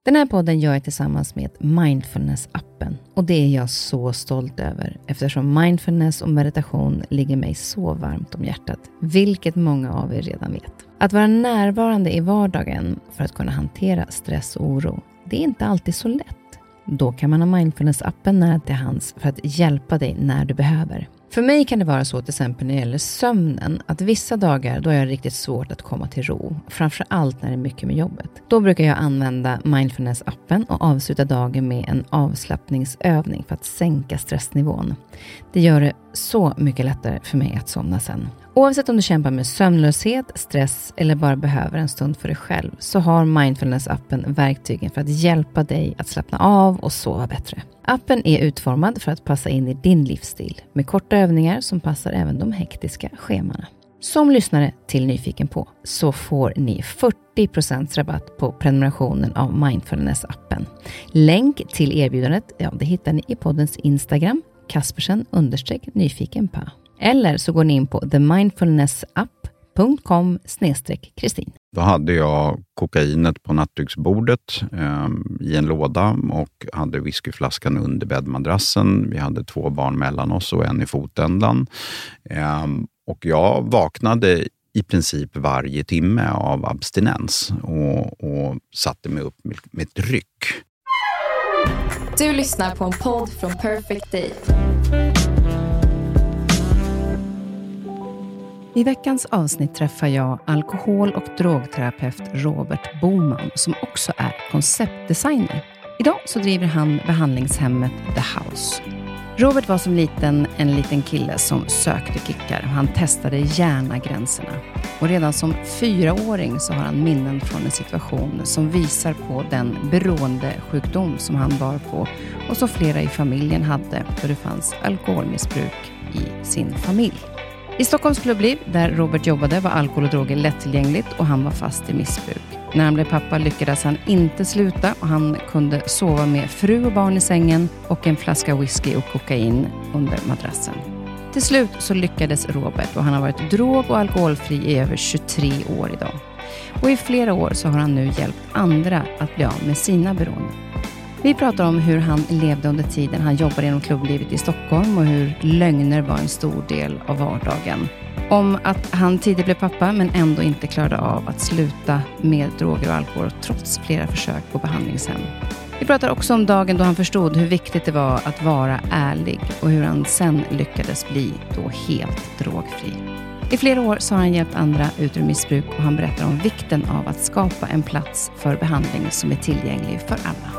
Den här podden gör jag tillsammans med Mindfulness-appen. Och det är jag så stolt över eftersom mindfulness och meditation ligger mig så varmt om hjärtat. Vilket många av er redan vet. Att vara närvarande i vardagen för att kunna hantera stress och oro, det är inte alltid så lätt. Då kan man ha Mindfulness-appen nära till hands för att hjälpa dig när du behöver. För mig kan det vara så till exempel när det gäller sömnen att vissa dagar då är det riktigt svårt att komma till ro. Framförallt när det är mycket med jobbet. Då brukar jag använda Mindfulness-appen och avsluta dagen med en avslappningsövning för att sänka stressnivån. Det gör det så mycket lättare för mig att somna sen. Oavsett om du kämpar med sömnlöshet, stress eller bara behöver en stund för dig själv så har Mindfulness-appen verktygen för att hjälpa dig att slappna av och sova bättre. Appen är utformad för att passa in i din livsstil med korta övningar som passar även de hektiska schemana. Som lyssnare till Nyfiken på så får ni 40% rabatt på prenumerationen av Mindfulness-appen. Länk till erbjudandet, det hittar ni i poddens Instagram, Kaspersen_nyfikenpa. Eller så går ni in på themindfulnessapp.com/Kristin. Då hade jag kokainet på nattduksbordet i en låda och hade whiskyflaskan under bäddmadrassen. Vi hade 2 barn mellan oss och en i fotändan. Och jag vaknade i princip varje timme av abstinens och satte mig upp med ett ryck. Du lyssnar på en podd från Perfect Day. I veckans avsnitt träffar jag alkohol- och drogterapeut Robert Boman som också är konceptdesigner. Idag så driver han behandlingshemmet The House. Robert var som en liten kille som sökte kickar. Han testade gärna gränserna. Och redan som 4-åring så har han minnen från en situation som visar på den beroendesjukdom som han bar på och som flera i familjen hade då det fanns alkoholmissbruk i sin familj. I Stockholms klubbliv, där Robert jobbade, var alkohol och droger lättillgängligt och han var fast i missbruk. När han blev pappa lyckades han inte sluta och han kunde sova med fru och barn i sängen och en flaska whisky och kokain under madrassen. Till slut så lyckades Robert och han har varit drog- och alkoholfri i över 23 år idag. Och i flera år så har han nu hjälpt andra att bli av med sina beroenden. Vi pratar om hur han levde under tiden han jobbade inom klubblivet i Stockholm och hur lögner var en stor del av vardagen. Om att han tidigt blev pappa men ändå inte klarade av att sluta med droger och alkohol trots flera försök på behandlingshem. Vi pratar också om dagen då han förstod hur viktigt det var att vara ärlig och hur han sen lyckades bli då helt drogfri. I flera år så har han hjälpt andra ut ur missbruk och han berättar om vikten av att skapa en plats för behandling som är tillgänglig för alla.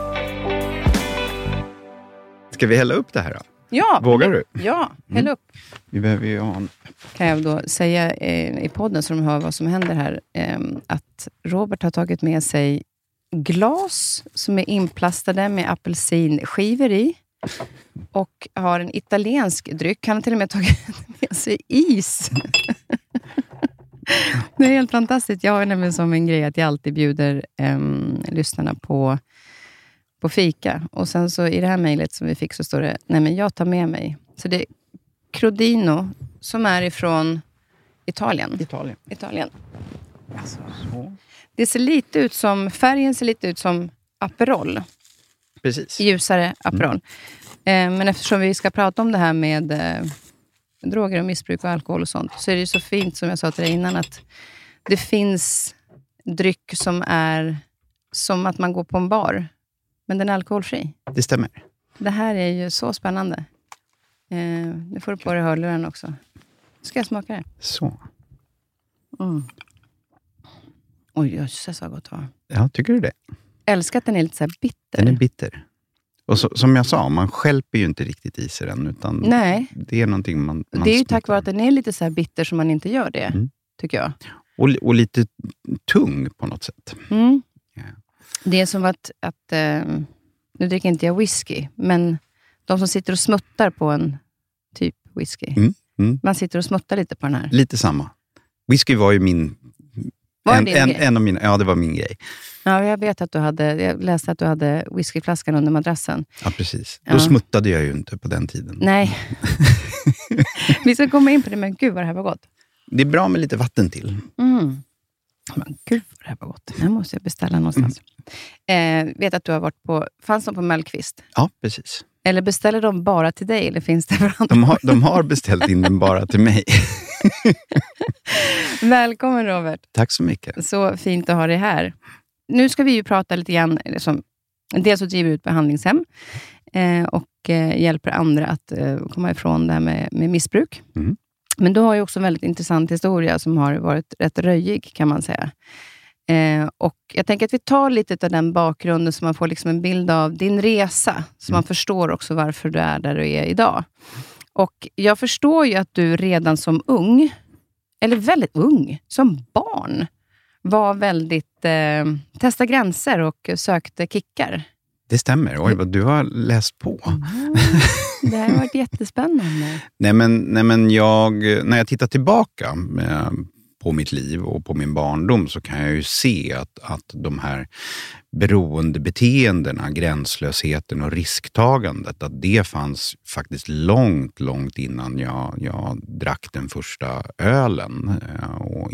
Ska vi hälla upp det här då? Ja. Vågar du? Ja, häll upp. Vi behöver ju ha en... Kan jag då säga i podden så de hör vad som händer här. Att Robert har tagit med sig glas som är inplastade med apelsinskivor i. Och har en italiensk dryck. Han har till och med tagit med sig is. Det är helt fantastiskt. Jag har nämligen som en grej att jag alltid bjuder lyssnarna på fika. Och sen så i det här mejlet som vi fick så står det, nej men jag tar med mig. Så det är Crodino som är ifrån Italien. Alltså, det ser lite ut som, färgen ser lite ut som Aperol. Precis. Ljusare Aperol. Men eftersom vi ska prata om det här med droger och missbruk och alkohol och sånt, så är det ju så fint som jag sa till dig innan att det finns dryck som är som att man går på en bar. Men den är alkoholfri. Det stämmer. Det här är ju så spännande. Nu får du på dig hörluren också. Ska jag smaka det? Så. Mm. Oj, jösses vad gott var. Ja, tycker du det? Älskar att den är lite så här bitter. Den är bitter. Och så, som jag sa, man skälper ju inte riktigt i sig den. Utan nej. Det är någonting man det är ju tack vare att den är lite så här bitter som man inte gör det. Tycker jag. Och lite tung på något sätt. Mm. Yeah. Det är som att nu dricker inte jag whisky, men de som sitter och smuttar på en typ whisky. Man sitter och smuttar lite på den här. Lite samma. Whisky var ju min... En av mina, ja, det var min grej. Ja, jag vet att jag läste att du hade whiskyflaskan under madrassen. Ja, precis. Då smuttade jag ju inte på den tiden. Nej. Vi ska komma in på det, men gud vad det här var gott. Det är bra med lite vatten till. Mm. Men gud vad det här var gott. Det måste jag beställa någonstans. Vet att du har varit på... Fanns de på Mellqvist? Ja, precis. Eller beställer de bara till dig? Eller finns det för andra? De har beställt in den bara till mig. Välkommen Robert. Tack så mycket. Så fint att ha dig här. Nu ska vi ju prata lite grann. Dels så driver vi ut behandlingshem. Och hjälper andra att komma ifrån det här med missbruk. Mm. Men du har ju också en väldigt intressant historia som har varit rätt röjig kan man säga. Och jag tänker att vi tar lite av den bakgrunden så man får liksom en bild av din resa. Så man förstår också varför du är där du är idag. Och jag förstår ju att du redan som ung, eller väldigt ung, som barn, var väldigt testa gränser och sökte kickar. Det stämmer. Oj, vad du har läst på. Det här har varit jättespännande. Nej, men när jag tittar tillbaka på mitt liv och på min barndom så kan jag ju se att de här beroendebeteendena, gränslösheten och risktagandet, att det fanns faktiskt långt innan jag drack den första ölen och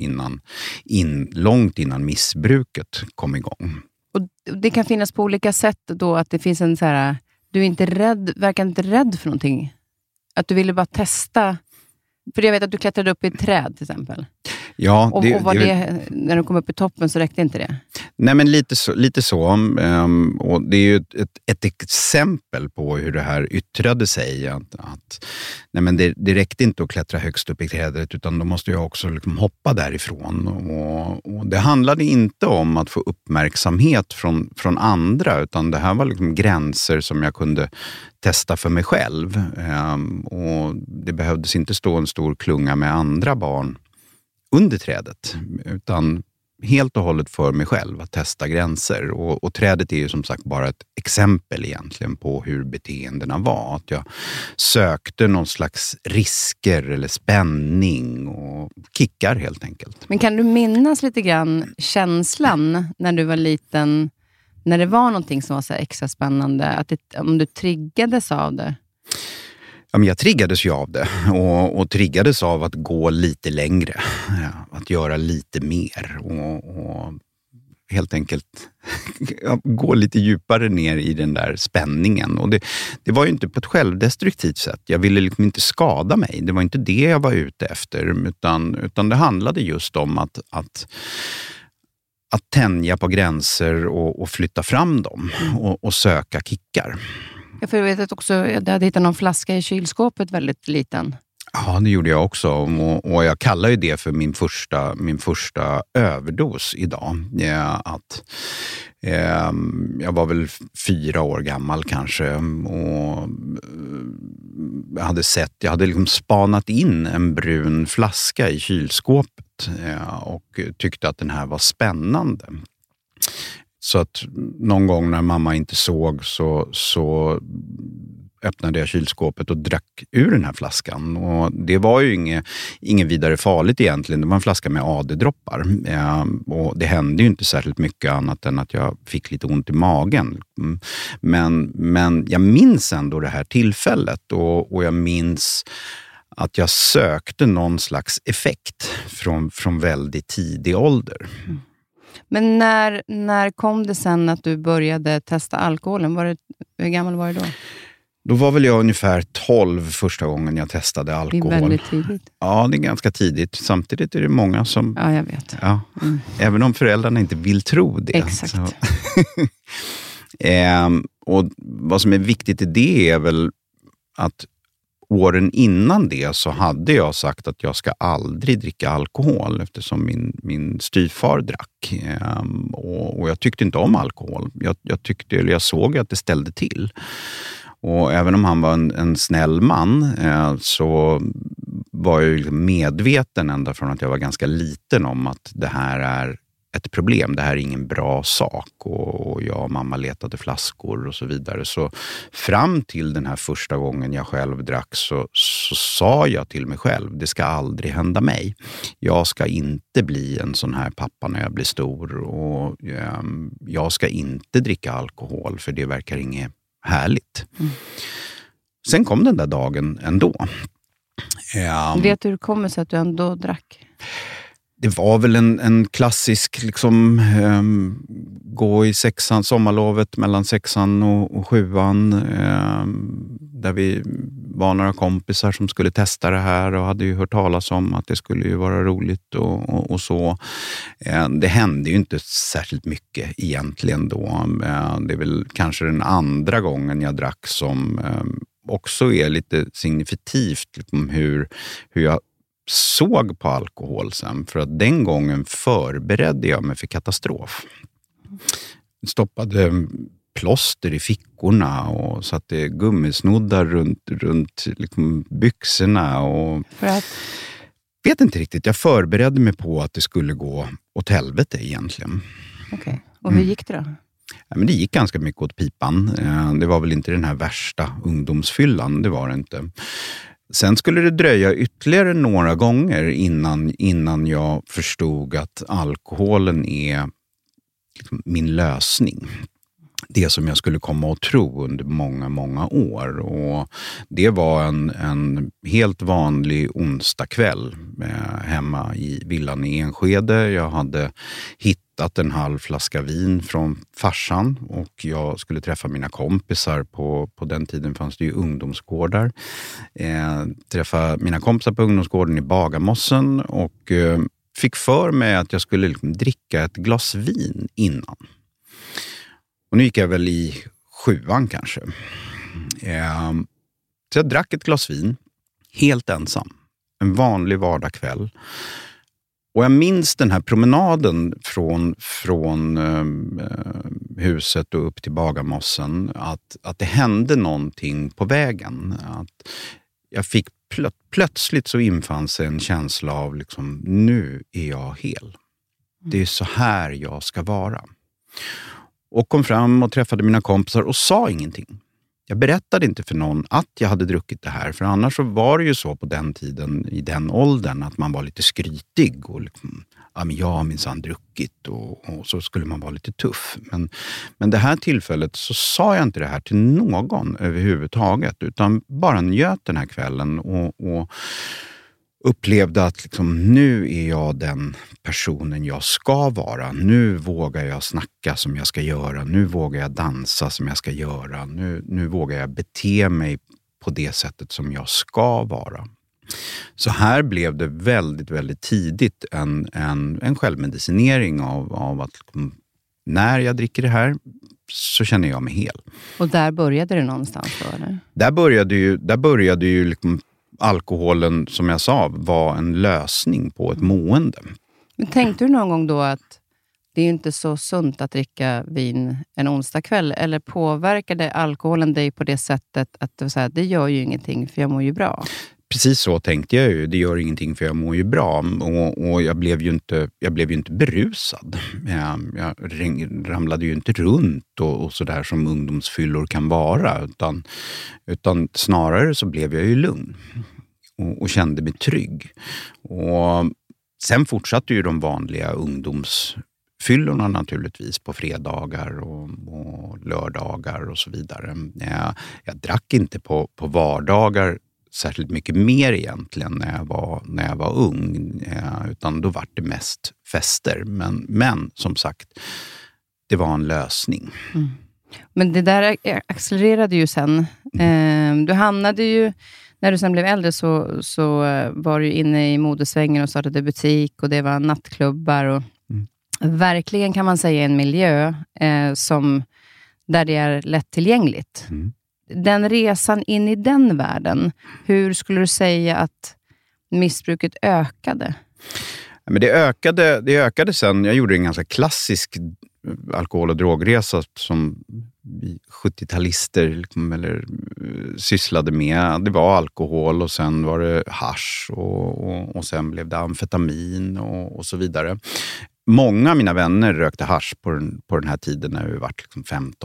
långt innan missbruket kom igång. Och det kan finnas på olika sätt då att det finns en så här, du är inte rädd, verkar inte rädd för någonting. Att du ville bara testa. För jag vet att du klättrade upp i ett träd till exempel. Ja, och var det, när du kom upp i toppen så räckte inte det? Nej, men lite så. Och det är ju ett exempel på hur det här yttrade sig. Att nej, men det räckte inte att klättra högst upp i trädet, utan då måste jag också liksom hoppa därifrån. Och det handlade inte om att få uppmärksamhet från andra, utan det här var liksom gränser som jag kunde testa för mig själv. Och det behövdes inte stå en stor klunga med andra barn under trädet, utan helt och hållet för mig själv att testa gränser. Och trädet är ju som sagt bara ett exempel egentligen på hur beteendena var. Att jag sökte någon slags risker eller spänning och kickar helt enkelt. Men kan du minnas lite grann känslan när du var liten, när det var någonting som var så extra spännande, om du triggades av det? Ja, men jag triggades ju av det och triggades av att gå lite längre, att göra lite mer och helt enkelt gå lite djupare ner i den där spänningen. Och det var ju inte på ett självdestruktivt sätt. Jag ville liksom inte skada mig. Det var inte det jag var ute efter, utan det handlade just om att tänja på gränser och flytta fram dem och söka kickar. Jag vet också, jag hade hittat någon flaska i kylskåpet väldigt liten. Ja, det gjorde jag också. Och jag kallar ju det för min första överdos idag. Jag var väl 4 år gammal kanske. Och jag hade liksom spanat in en brun flaska i kylskåpet. Och tyckte att den här var spännande. Så att någon gång när mamma inte såg så öppnade jag kylskåpet och drack ur den här flaskan. Och det var ju inget vidare farligt egentligen. Det var en flaska med AD-droppar. Och det hände ju inte särskilt mycket annat än att jag fick lite ont i magen. Men jag minns ändå det här tillfället. Och jag minns att jag sökte någon slags effekt från väldigt tidig ålder. Men när kom det sen att du började testa alkoholen? Hur gammal var du då? Då var väl jag ungefär 12 första gången jag testade alkohol. Det är väldigt tidigt. Ja, det är ganska tidigt. Samtidigt är det många som... Ja, jag vet. Ja, även om föräldrarna inte vill tro det. Exakt. Och vad som är viktigt i det är väl att åren innan det så hade jag sagt att jag ska aldrig dricka alkohol eftersom min styvfar drack. Och jag tyckte inte om alkohol. Jag såg att det ställde till. Och även om han var en snäll man så var jag medveten ända från att jag var ganska liten om att det här är ett problem. Det här är ingen bra sak och jag och mamma letade flaskor och så vidare. Så fram till den här första gången jag själv drack så sa jag till mig själv, det ska aldrig hända mig. Jag ska inte bli en sån här pappa när jag blir stor och jag ska inte dricka alkohol för det verkar inget härligt. Sen kom den där dagen ändå. Vet du hur det kommer sig att du ändå drack? Det var väl en klassisk liksom, gå i sommarlovet mellan 6:an och 7:an. Där vi var några kompisar som skulle testa det här och hade ju hört talas om att det skulle ju vara roligt och så. Det hände ju inte särskilt mycket egentligen då. Det är väl kanske den andra gången jag drack som också är lite signifikativt liksom hur jag såg på alkohol sen. För att den gången förberedde jag mig för katastrof. Stoppade plåster i fickorna och satte gummisnoddar runt liksom byxorna. Och För att? Vet inte riktigt. Jag förberedde mig på att det skulle gå åt helvete egentligen. Okej. Och hur gick det då? Ja, men det gick ganska mycket åt pipan. Det var väl inte den här värsta ungdomsfyllan, det var det inte. Sen skulle det dröja ytterligare några gånger innan jag förstod att alkoholen är liksom min lösning. Det som jag skulle komma att tro under många, många år. Och det var en helt vanlig onsdagkväll hemma i villan i Enskede. Jag hade hittat en halv flaska vin från farsan och jag skulle träffa mina kompisar. På den tiden fanns det ju ungdomsgårdar. Träffa mina kompisar på ungdomsgården i Bagarmossen och fick för mig att jag skulle liksom dricka ett glas vin innan. Och nu gick jag väl i 7:an kanske. Så jag drack ett glas vin helt ensam. En vanlig vardagskväll. Och jag minns den här promenaden från huset och upp till Bagarmossen. Att det hände någonting på vägen. Att jag fick plötsligt så infann sig en känsla av liksom, nu är jag hel. Det är så här jag ska vara. Och kom fram och träffade mina kompisar och sa ingenting. Jag berättade inte för någon att jag hade druckit det här. För annars så var det ju så på den tiden, i den åldern, att man var lite skrytig. Och liksom, ja men jag har minsann druckit och så skulle man vara lite tuff. Men det här tillfället så sa jag inte det här till någon överhuvudtaget. Utan bara njöt den här kvällen och upplevde att liksom, nu är jag den personen jag ska vara. Nu vågar jag snacka som jag ska göra. Nu vågar jag dansa som jag ska göra. Nu vågar jag bete mig på det sättet som jag ska vara. Så här blev det väldigt, väldigt tidigt en självmedicinering av att liksom, när jag dricker det här så känner jag mig hel. Och där började det någonstans då, eller? Där började ju liksom alkoholen, som jag sa, var en lösning på ett mående. Men tänkte du någon gång då att det är inte så sunt att dricka vin en onsdagkväll? Eller påverkade alkoholen dig på det sättet att det gör ju ingenting för jag mår ju bra? Precis så tänkte jag ju. Det gör ingenting för jag mår ju bra. Och jag blev ju inte berusad. Jag ramlade ju inte runt och sådär som ungdomsfyllor kan vara. Utan snarare så blev jag ju lugn. Och kände mig trygg. Och sen fortsatte ju de vanliga ungdomsfyllorna naturligtvis på fredagar och lördagar och så vidare. Jag drack inte på vardagar särskilt mycket mer egentligen när jag var ung. Utan då var det mest fester. Men som sagt, det var en lösning. Mm. Men det där accelererade ju sen. Du hamnade ju, när du sen blev äldre så var du inne i modesvängen och startade butik och det var nattklubbar. Och verkligen kan man säga en miljö där det är lättillgängligt. Mm. Den resan in i den världen, hur skulle du säga att missbruket ökade? Men det ökade sen. Jag gjorde en ganska klassisk alkohol- och drogresa som vi 70-talister liksom, sysslade med. Det var alkohol och sen var det hasch och sen blev det amfetamin och så vidare. Många av mina vänner rökte hasch på den här tiden när vi var liksom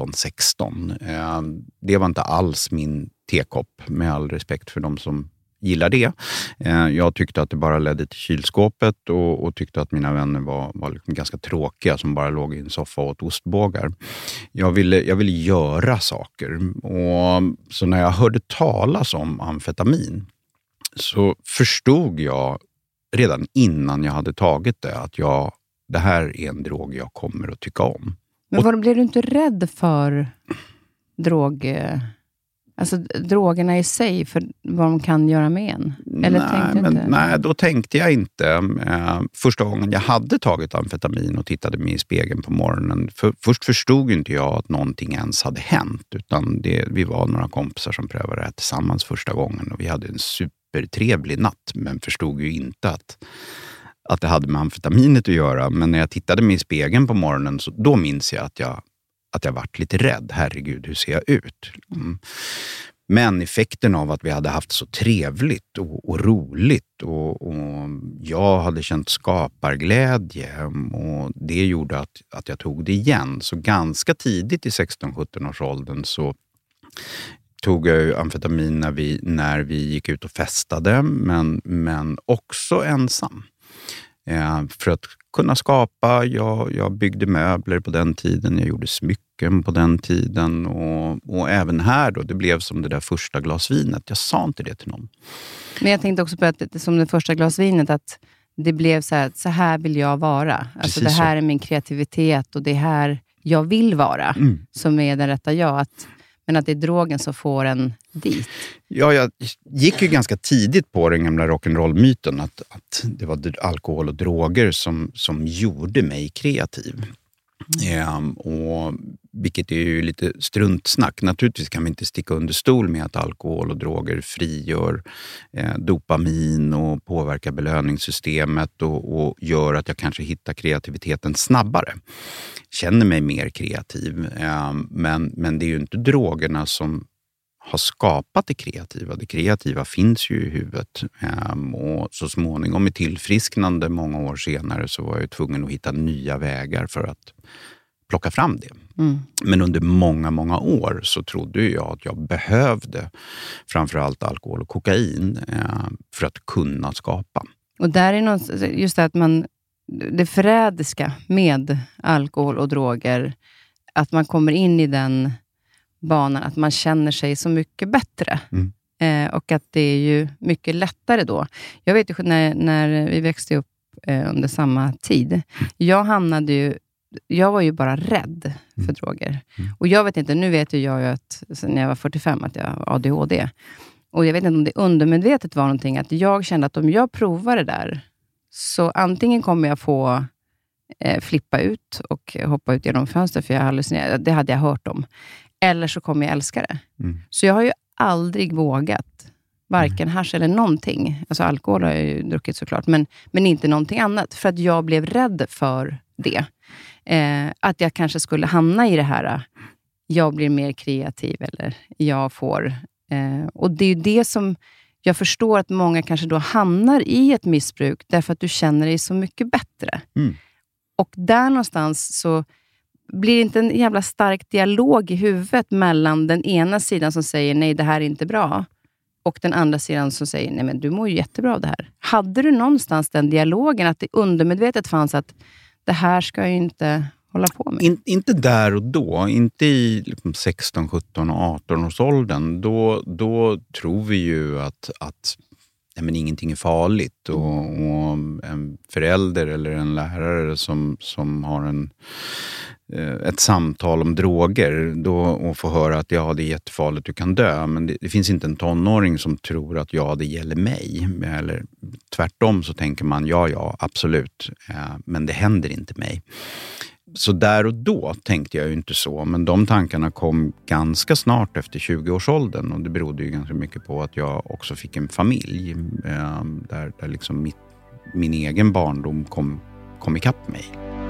15-16. Det var inte alls min tekopp, med all respekt för de som gillar det. Jag tyckte att det bara ledde till kylskåpet och tyckte att mina vänner var liksom ganska tråkiga som bara låg i en soffa och åt ostbågar. Jag ville göra saker. Och så när jag hörde talas om amfetamin så förstod jag redan innan jag hade tagit det att det här är en drog jag kommer att tycka om. Men blev du inte rädd för drogerna i sig, för vad de kan göra med en? Eller nej, då tänkte jag inte. Första gången jag hade tagit amfetamin och tittade mig i spegeln på morgonen. Först förstod inte jag att någonting ens hade hänt. Utan vi var några kompisar som prövade det här tillsammans första gången. Och vi hade en supertrevlig natt, men förstod ju inte att det hade med amfetaminet att göra. Men när jag tittade mig i spegeln på morgonen, så då minns jag att jag varit lite rädd. Herregud, hur ser jag ut? Men effekten av att vi hade haft så trevligt och roligt och jag hade känt skaparglädje, och det gjorde att jag tog det igen. Så ganska tidigt i 16-17 års åldern så tog jag ju amfetamin när vi gick ut och festade, men också ensam. För att kunna skapa, jag byggde möbler på den tiden, jag gjorde smycken på den tiden, och även här då, det blev som det där första glasvinet. Jag sa inte det till någon. Men jag tänkte också på att det, som det första glasvinet, att det blev så här vill jag vara. Alltså det här är min kreativitet och det här jag vill vara, som är den rätta jag. Men att det är drogen som får en dit. Ja, jag gick ju ganska tidigt på den gamla rock'n'roll-myten att det var alkohol och droger som gjorde mig kreativ. Och vilket är ju lite struntsnack. Naturligtvis kan vi inte sticka under stol med att alkohol och droger frigör dopamin och påverkar belöningssystemet och gör att jag kanske hittar kreativiteten snabbare. Känner mig mer kreativ. Men det är ju inte drogerna som har skapat det kreativa. Det kreativa finns ju i huvudet. Och så småningom med tillfrisknande många år senare så var jag tvungen att hitta nya vägar för att plocka fram det. Men under många, många år så trodde jag att jag behövde framförallt alkohol och kokain för att kunna skapa. Och där är något, just det att det förrädiska med alkohol och droger, att man kommer in i den banan att man känner sig så mycket bättre. Och att det är ju mycket lättare då. Jag vet ju när vi växte upp under samma tid. Jag var ju bara rädd för droger. Och jag vet inte, nu vet jag ju att när jag var 45 att jag har ADHD. Och jag vet inte om det undermedvetet var någonting, att jag kände att om jag provar det där, så antingen kommer jag få flippa ut och hoppa ut genom fönster för jag hallucinerar. Det hade jag hört om. Eller så kommer jag älska det. Så jag har ju aldrig vågat varken hasch eller någonting. Alltså alkohol har jag ju druckit såklart. Men inte någonting annat. För att jag blev rädd för det. Att jag kanske skulle hamna i det här. Jag blir mer kreativ. Eller jag får. Och det är ju det som jag förstår att många kanske då hamnar i ett missbruk. Därför att du känner dig så mycket bättre. Och där någonstans så blir det inte en jävla stark dialog i huvudet mellan den ena sidan som säger nej, det här är inte bra, och den andra sidan som säger nej, men du mår ju jättebra av det här. Hade du någonstans den dialogen, att det undermedvetet fanns att det här ska jag ju inte hålla på med? Inte där och då, inte i liksom 16, 17 och 18 års åldern. Då tror vi ju att men ingenting är farligt, och en förälder eller en lärare som har ett samtal om droger då, och får höra att det är jättefarligt, du kan dö, men det finns inte en tonåring som tror att det gäller mig, eller tvärtom så tänker man ja absolut, men det händer inte mig. Så där och då tänkte jag ju inte så, men de tankarna kom ganska snart efter 20-årsåldern, och det berodde ju ganska mycket på att jag också fick en familj där liksom min egen barndom kom ikapp mig.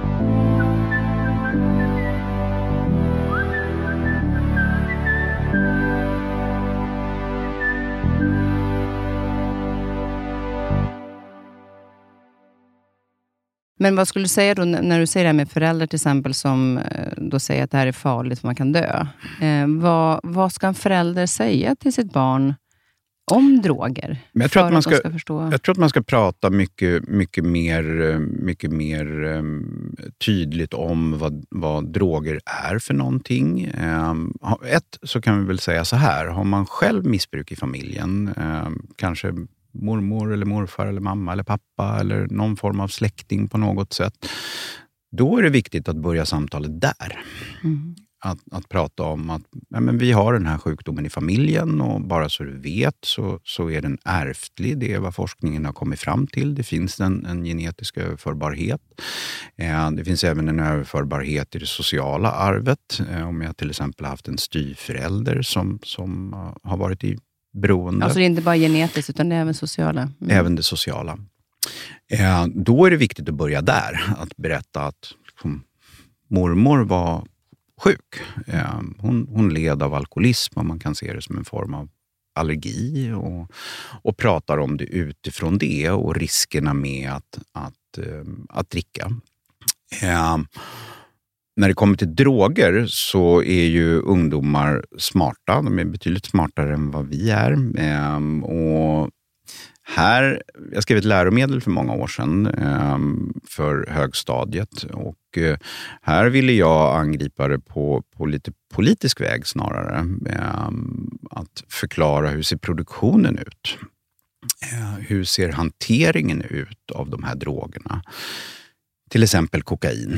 Men vad skulle du säga då när du säger det här med föräldrar till exempel som då säger att det här är farligt för man kan dö? Vad ska en förälder säga till sitt barn om droger? Men jag tror att man ska prata mycket mer tydligt om vad droger är för någonting. Så kan vi väl säga så här. Har man själv missbruk i familjen, kanske mormor eller morfar eller mamma eller pappa eller någon form av släkting på något sätt. Då är det viktigt att börja samtalet där. Att prata om att men vi har den här sjukdomen i familjen och bara så du vet så är den ärftlig. Det är vad forskningen har kommit fram till. Det finns en genetisk överförbarhet. Det finns även en överförbarhet i det sociala arvet. Om jag till exempel har haft en styvförälder som har varit i beroende. Alltså det är inte bara genetiskt utan det är även sociala. Även det sociala. Då är det viktigt att börja där. Att berätta att mormor var sjuk. Hon led av alkoholism och man kan se det som en form av allergi och pratar om det utifrån det och riskerna med att dricka. När det kommer till droger så är ju ungdomar smarta. De är betydligt smartare än vad vi är. Och jag skrev ett läromedel för många år sedan för högstadiet och här ville jag angripa det på lite politisk väg snarare. Att förklara hur ser produktionen ut? Hur ser hanteringen ut av de här drogerna? Till exempel kokain.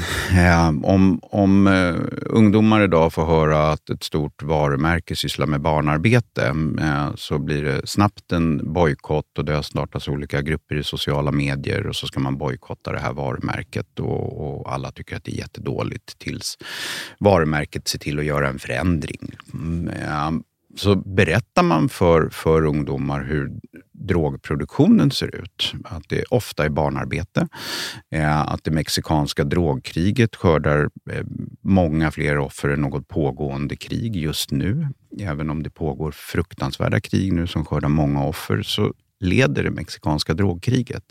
Om ungdomar idag får höra att ett stort varumärke sysslar med barnarbete så blir det snabbt en bojkott och det har startats olika grupper i sociala medier och så ska man bojkotta det här varumärket och alla tycker att det är jättedåligt tills varumärket ser till att göra en förändring. Så berättar man för ungdomar hur drogproduktionen ser ut. Att det ofta är barnarbete. Att det mexikanska drogkriget skördar många fler offer än något pågående krig just nu. Även om det pågår fruktansvärda krig nu som skördar många offer så leder det mexikanska drogkriget.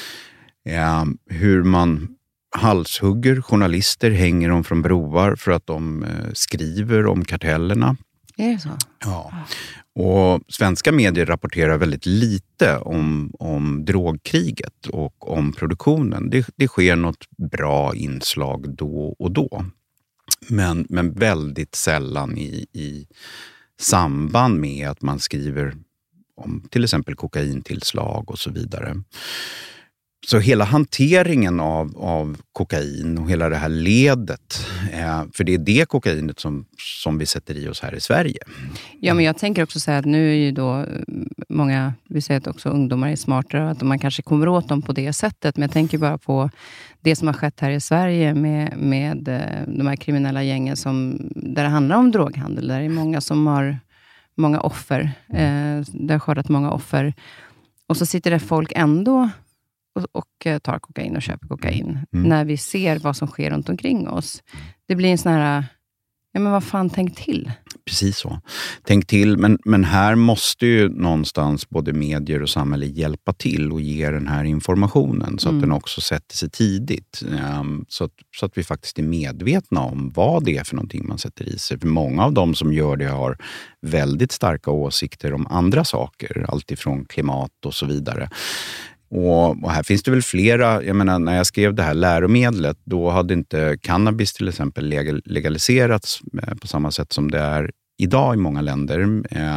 Hur man halshugger journalister, hänger dem från broar för att de skriver om kartellerna. Är det så? Ja. Och svenska medier rapporterar väldigt lite om drogkriget och om produktionen. Det sker något bra inslag då och då. Men väldigt sällan i samband med att man skriver om till exempel kokaintillslag och så vidare. Så hela hanteringen av kokain och hela det här ledet, för det är det kokainet som vi sätter i oss här i Sverige. Ja, men jag tänker också så här att nu är ju då många, vi säger att också ungdomar är smartare, att man kanske kommer åt dem på det sättet. Men jag tänker bara på det som har skett här i Sverige med de här kriminella gängen där det handlar om droghandel. Där det är många som har många offer. Det har skördat många offer. Och så sitter det folk ändå och tar kokain och köper kokain. När vi ser vad som sker runt omkring oss. Det blir en sån här, ja men vad fan, tänk till. Precis så. Tänk till, men här måste ju någonstans både medier och samhälle hjälpa till och ge den här informationen så att den också sätter sig tidigt. Så att vi faktiskt är medvetna om vad det är för någonting man sätter i sig. För många av dem som gör det har väldigt starka åsikter om andra saker. Allt ifrån klimat och så vidare. Och här finns det väl flera, jag menar när jag skrev det här läromedlet då hade inte cannabis till exempel legaliserats på samma sätt som det är idag i många länder.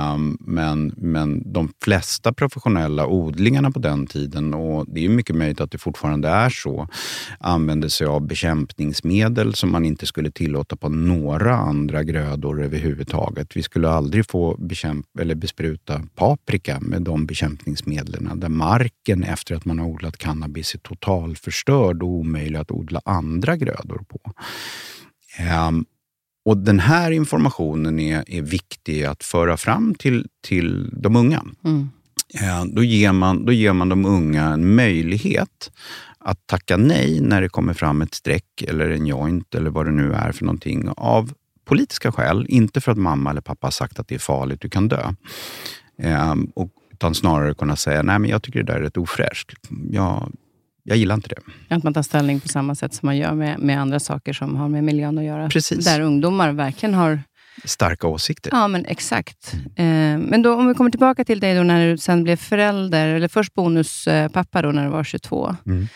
Men de flesta professionella odlingarna på den tiden, och det är ju mycket möjligt att det fortfarande är så, använde sig av bekämpningsmedel som man inte skulle tillåta på några andra grödor överhuvudtaget. Vi skulle aldrig få bespruta paprika med de bekämpningsmedlen där marken efter att man har odlat cannabis är totalförstörd och omöjlig att odla andra grödor på. Och den här informationen är viktig att föra fram till de unga. Då ger man de unga en möjlighet att tacka nej när det kommer fram ett streck eller en joint eller vad det nu är för någonting av politiska skäl. Inte för att mamma eller pappa har sagt att det är farligt, du kan dö. Utan snarare kunna säga, nej men jag tycker det där är rätt ofräscht. Jag gillar inte det. Att man tar ställning på samma sätt som man gör med andra saker som har med miljön att göra. Precis. Där ungdomar verkligen har starka åsikter. Ja, men exakt. Men då, om vi kommer tillbaka till dig då när du sen blev förälder, eller först bonuspappa då när du var 22.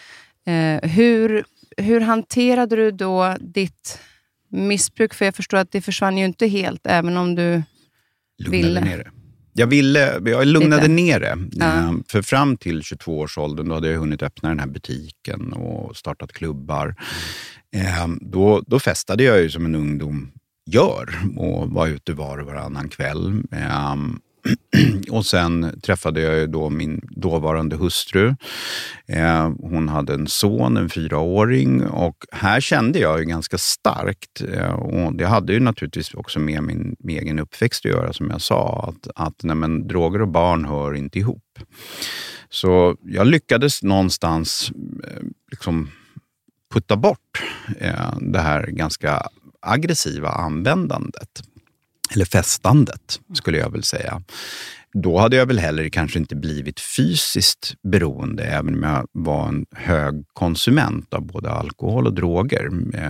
Hur hanterade du då ditt missbruk? För jag förstår att det försvann ju inte helt, även om du lugnade ner det. Jag lugnade ner det. För fram till 22-årsåldern då hade jag hunnit öppna den här butiken och startat klubbar. Då festade jag ju som en ungdom gör och var ute var och varannan kväll. Och sen träffade jag ju då min dåvarande hustru. Hon hade en son, en 4-åring, och här kände jag ju ganska starkt, och det hade ju naturligtvis också med min egen uppväxt att göra, som jag sa, att droger och barn hör inte ihop. Så jag lyckades någonstans liksom putta bort det här ganska aggressiva användandet. Eller festandet, skulle jag väl säga. Då hade jag väl heller kanske inte blivit fysiskt beroende, även om jag var en hög konsument av både alkohol och droger.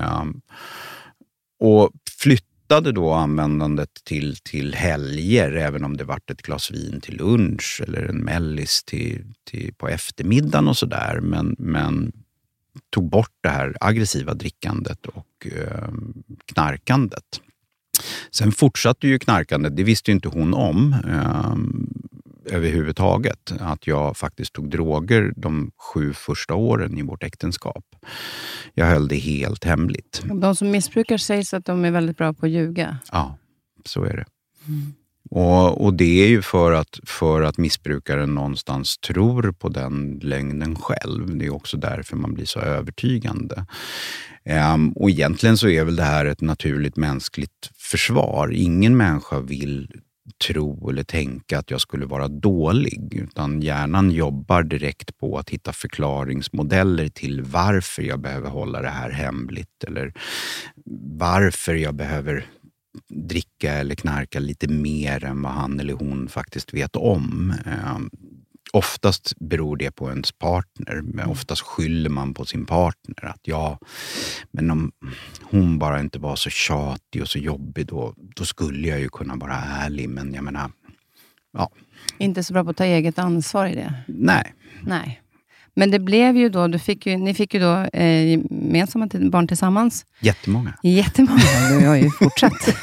Och flyttade då användandet till helger, även om det vart ett glas vin till lunch eller en mellis till på eftermiddagen och sådär. Men tog bort det här aggressiva drickandet och knarkandet. Sen fortsatte ju knarkandet, det visste ju inte hon om överhuvudtaget, att jag faktiskt tog droger de 7 första åren i vårt äktenskap. Jag höll det helt hemligt. De som missbrukar sägs att de är väldigt bra på att ljuga. Ja, så är det. Och det är ju för att missbrukaren någonstans tror på den lögnen själv. Det är också därför man blir så övertygande. Och egentligen så är väl det här ett naturligt mänskligt försvar. Ingen människa vill tro eller tänka att jag skulle vara dålig, utan hjärnan jobbar direkt på att hitta förklaringsmodeller till varför jag behöver hålla det här hemligt, eller varför jag behöver dricka eller knarka lite mer än vad han eller hon faktiskt vet om. Oftast beror det på ens partner, men oftast skyller man på sin partner att men om hon bara inte var så tjatig och så jobbig, då skulle jag ju kunna vara ärlig, men jag menar, ja. Inte så bra på att ta eget ansvar i det. Nej. Men det blev ju då, ni fick ju då gemensamma barn tillsammans. Jättemånga. Du har ju fortsatt.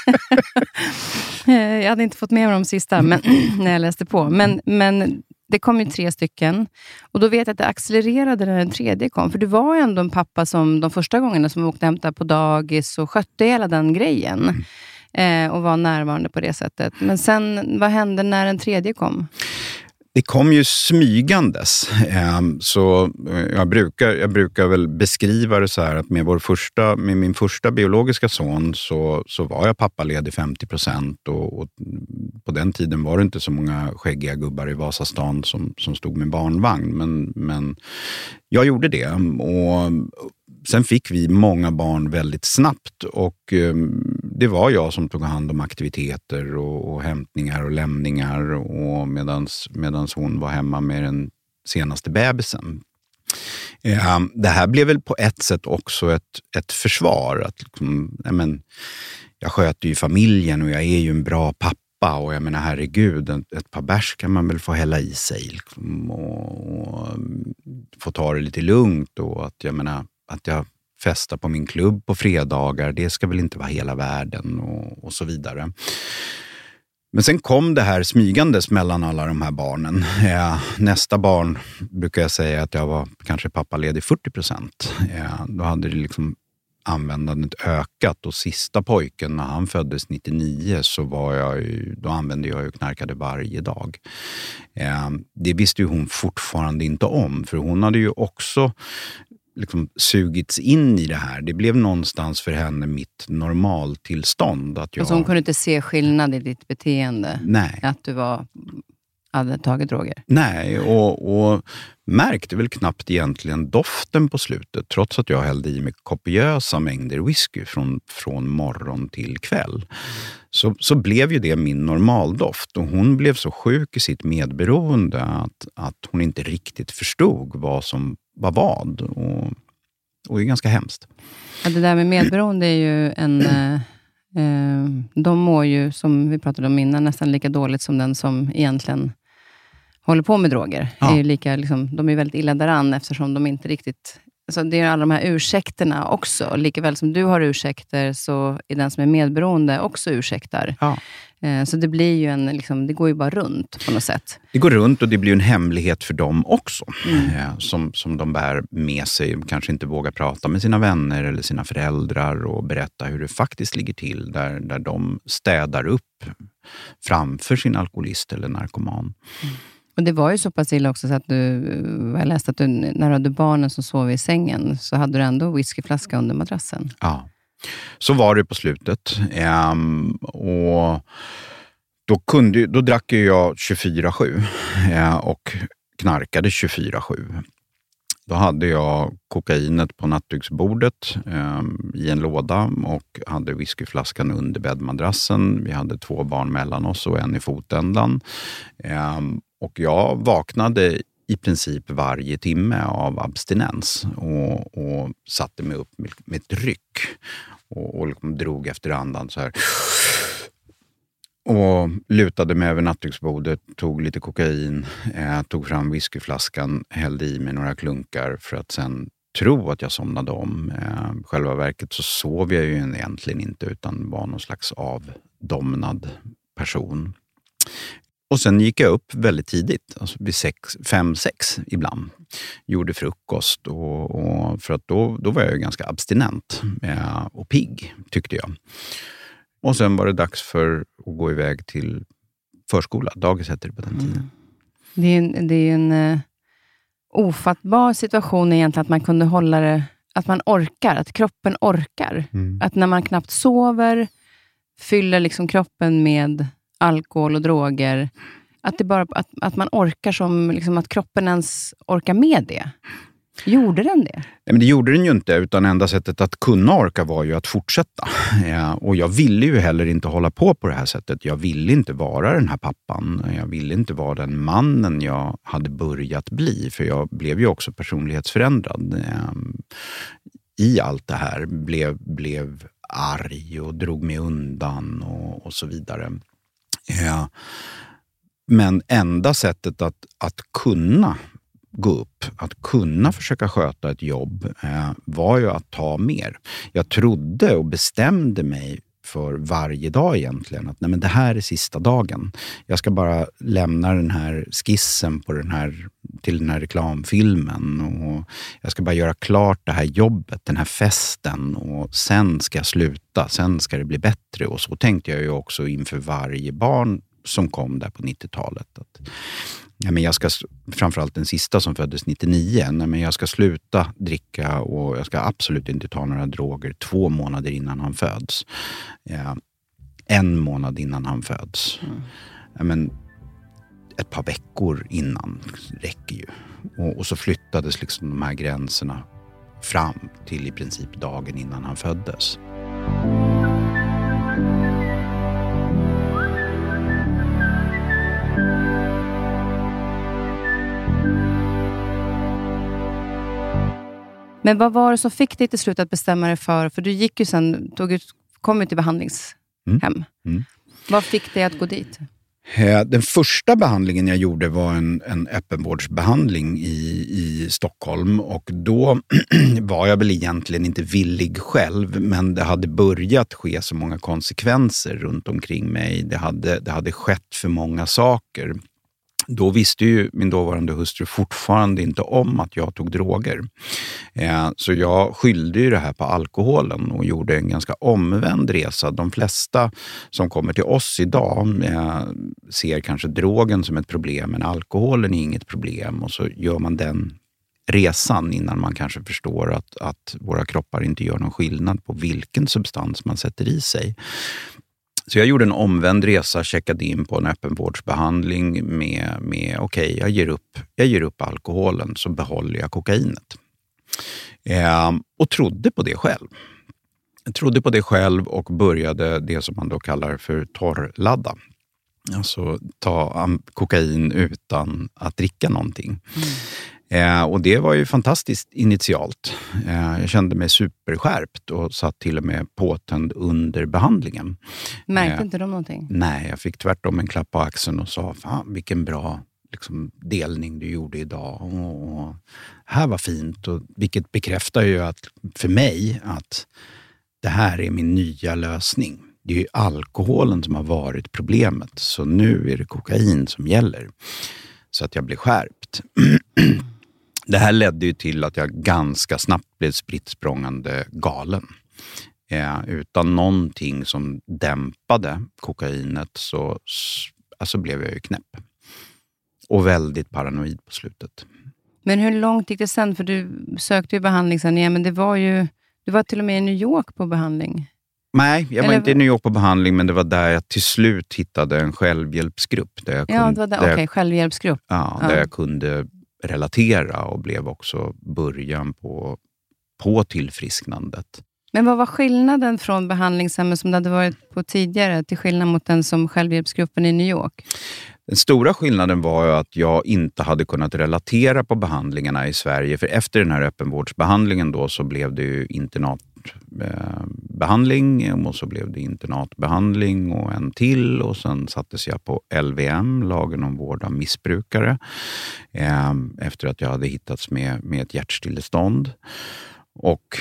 Jag hade inte fått med mig de sista när jag läste på. Men det kom ju 3 stycken. Och då vet jag att det accelererade när den 3:e kom. För du var ju ändå en pappa som de första gångerna som åkte hämta på dagis och skötte hela den grejen. Och var närvarande på det sättet. Men sen, vad hände när den 3:e kom? Det kom ju smygandes, så jag brukar väl beskriva det så här att med min första biologiska son så var jag pappaledig 50%, och på den tiden var det inte så många skäggiga gubbar i Vasastan som stod med barnvagn, men jag gjorde det, och sen fick vi många barn väldigt snabbt, och det var jag som tog hand om aktiviteter och hämtningar och lämningar, och medans hon var hemma med den senaste bebisen. Det här blev väl på ett sätt också ett försvar. Att liksom, jag sköter ju familjen och jag är ju en bra pappa, och jag menar, herregud, ett par bärs kan man väl få hälla i sig liksom, och få ta det lite lugnt, och att jag festar på min klubb på fredagar, det ska väl inte vara hela världen, och så vidare. Men sen kom det här smygandes mellan alla de här barnen. Nästa barn brukar jag säga att jag var kanske pappaledig 40%. Då hade det liksom användandet ökat, och sista pojken, när han föddes 99, så då använde jag ju knarkade varje dag. Det visste ju hon fortfarande inte om, för hon hade ju också liksom sugits in i det här. Det blev någonstans för henne mitt normaltillstånd. Så hon kunde inte se skillnad i ditt beteende? Nej. Att du hade tagit droger? Nej, och märkte väl knappt egentligen doften på slutet, trots att jag hällde i mig kopiösa mängder whisky från morgon till kväll. Så blev ju det min normaldoft, och hon blev så sjuk i sitt medberoende att hon inte riktigt förstod vad som var vad, och det är ganska hemskt. Ja, det där med medberoende är ju de mår ju, som vi pratade om innan, nästan lika dåligt som den som egentligen håller på med droger. Ja. Är ju lika, liksom, de är väldigt illa däran, eftersom de inte riktigt så det är alla de här ursäkterna också. Likaväl som du har ursäkter så är den som är medberoende också ursäktar. Ja. Så det blir ju det går ju bara runt på något sätt. Det går runt och det blir en hemlighet för dem också. Som de bär med sig. Kanske inte vågar prata med sina vänner eller sina föräldrar och berätta hur det faktiskt ligger till. Där de städar upp framför sin alkoholist eller narkoman. Och det var ju så pass illa också så att jag läste att när du hade barnen som sov i sängen så hade du ändå whiskyflaska under madrassen. Ja, så var det på slutet. Och då drack jag 24/7 och knarkade 24/7. Då hade jag kokainet på nattduksbordet i en låda och hade whiskyflaskan under bäddmadrassen. Vi hade 2 barn mellan oss och en i fotändan. Och jag vaknade i princip varje timme av abstinens och satte mig upp med ett ryck och liksom drog efter andan så här. Och lutade mig över nattduksbordet, tog lite kokain, tog fram whiskyflaskan, hällde i mig några klunkar för att sen tro att jag somnade om. Själva verket så sov jag ju egentligen inte utan var någon slags avdomnad person. Och sen gick jag upp väldigt tidigt, alltså vid 5-6 ibland. Gjorde frukost och för att då var jag ju ganska abstinent och pigg tyckte jag. Och sen var det dags för att gå iväg till förskola. Dagis hette det på den tiden. Det är en ofattbar situation egentligen att man kunde hålla det, att man orkar, att kroppen orkar. Att när man knappt sover fyller liksom kroppen med alkohol och droger. Att det bara att man orkar som liksom att kroppen ens orkar med det. Gjorde den det? Nej, men det gjorde den ju inte, utan enda sättet att kunna orka var ju att fortsätta. Och jag ville ju heller inte hålla på det här sättet. Jag ville inte vara den här pappan. Jag ville inte vara den mannen jag hade börjat bli. För jag blev ju också personlighetsförändrad. I allt det här blev arg och drog mig undan och så vidare. Men enda sättet att kunna gå upp, att kunna försöka sköta ett jobb var ju att ta mer. Jag trodde och bestämde mig för varje dag egentligen att nej, men det här är sista dagen. Jag ska bara lämna den här skissen på till den här reklamfilmen och jag ska bara göra klart det här jobbet, den här festen och sen ska jag sluta, sen ska det bli bättre. Och så tänkte jag ju också inför varje barn som kom där på 90-talet att ja, men jag ska, framförallt den sista som föddes 99, men jag ska sluta dricka och jag ska absolut inte ta några droger 2 månader innan han föds. 1 månad innan han föds. Ja, men ett par veckor innan räcker ju. Och så flyttades liksom de här gränserna fram till i princip dagen innan han föddes. Men vad var det som fick dig till slut att bestämma dig för du gick ju sen, kom ju till behandlingshem. Vad fick dig att gå dit? Den första behandlingen jag gjorde var en öppenvårdsbehandling i Stockholm och då var jag väl egentligen inte villig själv, men det hade börjat ske så många konsekvenser runt omkring mig. Det hade skett för många saker. Då visste ju min dåvarande hustru fortfarande inte om att jag tog droger. Så jag skyllde ju det här på alkoholen och gjorde en ganska omvänd resa. De flesta som kommer till oss idag ser kanske drogen som ett problem, men alkoholen är inget problem. Och så gör man den resan innan man kanske förstår att våra kroppar inte gör någon skillnad på vilken substans man sätter i sig. Så jag gjorde en omvänd resa, checkade in på en öppenvårdsbehandling med okej, jag ger upp alkoholen så behåller jag kokainet. Och trodde på det själv. Jag trodde på det själv och började det som man då kallar för torrladda. Alltså ta kokain utan att dricka någonting. Och det var ju fantastiskt initialt. Jag kände mig superskärpt och satt till och med påtänd under behandlingen. Märkte inte de någonting? Nej, jag fick tvärtom en klapp på axeln och sa, fan vilken bra liksom delning du gjorde idag. Och här var fint. Och vilket bekräftar ju att, för mig att det här är min nya lösning. Det är ju alkoholen som har varit problemet. Så nu är det kokain som gäller. Så att jag blev skärpt. Det här ledde ju till att jag ganska snabbt blev spritt språngande galen. Utan någonting som dämpade kokainet så alltså blev jag ju knäpp. Och väldigt paranoid på slutet. Men hur långt gick det sen? För du sökte ju behandling sen igen, men du var till och med i New York på behandling. Nej, jag var inte i New York på behandling, men det var där jag till slut hittade en självhjälpsgrupp. Där jag det var där. Okej, självhjälpsgrupp. Ja, där jag kunde relatera och blev också början på tillfrisknandet. Men vad var skillnaden från behandlingshemmet som det hade varit på tidigare till skillnad mot den som självhjälpsgruppen i New York? Den stora skillnaden var ju att jag inte hade kunnat relatera på behandlingarna i Sverige. För efter den här öppenvårdsbehandlingen då så blev det ju internatbehandling och så blev det internatbehandling och en till. Och sen sattes jag på LVM, lagen om vård av missbrukare. Efter att jag hade hittats med ett hjärtstillestånd. Och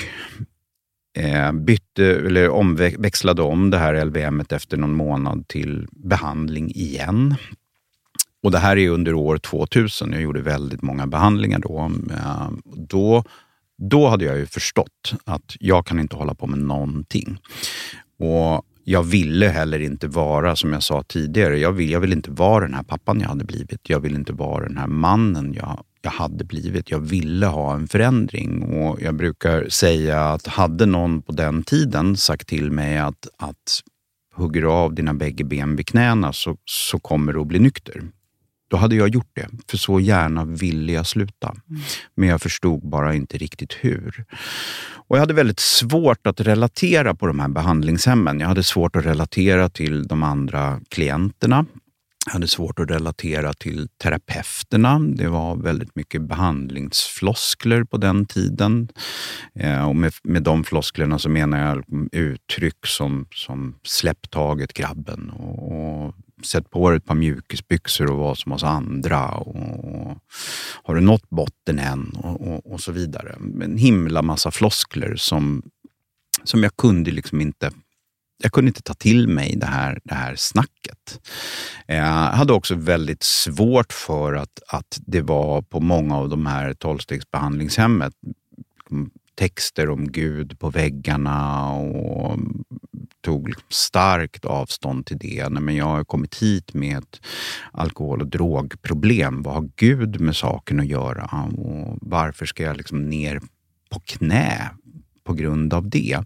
växlade om det här LVM:et efter någon månad till behandling igen. Och det här är under år 2000. Jag gjorde väldigt många behandlingar då. Då hade jag ju förstått att jag kan inte hålla på med någonting. Och jag ville heller inte vara, som jag sa tidigare, jag vill inte vara den här pappan jag hade blivit. Jag vill inte vara den här mannen jag hade blivit. Jag ville ha en förändring. Och jag brukar säga att hade någon på den tiden sagt till mig att hugger du av dina bägge ben vid knäna så kommer du att bli nykter. Då hade jag gjort det. För så gärna ville jag sluta. Men jag förstod bara inte riktigt hur. Och jag hade väldigt svårt att relatera på de här behandlingshemmen. Jag hade svårt att relatera till de andra klienterna. Jag hade svårt att relatera till terapeuterna. Det var väldigt mycket behandlingsfloskler på den tiden. Och med de flosklerna så menar jag uttryck som släpp taget grabben och sätt på ett par mjukisbyxor och vad som hos andra och har du nått botten än och så vidare. En himla massa floskler som jag kunde liksom inte. Jag kunde inte ta till mig det här snacket. Jag hade också väldigt svårt för att det var på många av de här 12-stegsbehandlingshemmet texter om Gud på väggarna och tog starkt avstånd till det. Men jag har kommit hit med ett alkohol- och drogproblem. Vad har Gud med saken att göra? Och varför ska jag liksom ner på knä på grund av det?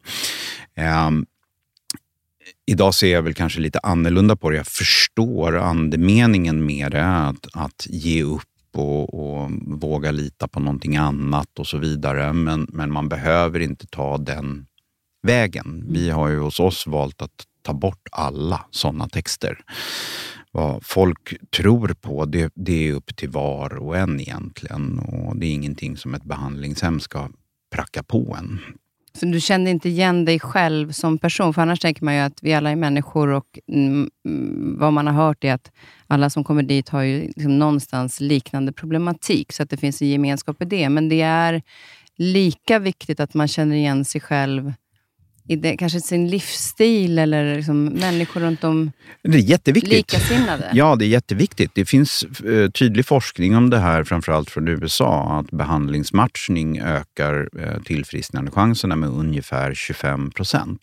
Idag ser jag väl kanske lite annorlunda på det. Jag förstår andemeningen med det. Att ge upp och våga lita på någonting annat och så vidare. Men man behöver inte ta den vägen. Vi har ju hos oss valt att ta bort alla sådana texter. Vad folk tror på, det är upp till var och en egentligen. Och det är ingenting som ett behandlingshem ska pracka på en. Så du kände inte igen dig själv som person? För annars tänker man ju att vi alla är människor och vad man har hört är att alla som kommer dit har ju liksom någonstans liknande problematik. Så att det finns en gemenskap i det. Men det är lika viktigt att man känner igen sig själv i det, kanske sin livsstil eller liksom människor runt om. Det är jätteviktigt. Likasinnade. Ja, det är jätteviktigt. Det finns tydlig forskning om det här, framförallt från USA, att behandlingsmatchning ökar tillfrisknandechanserna med ungefär 25%.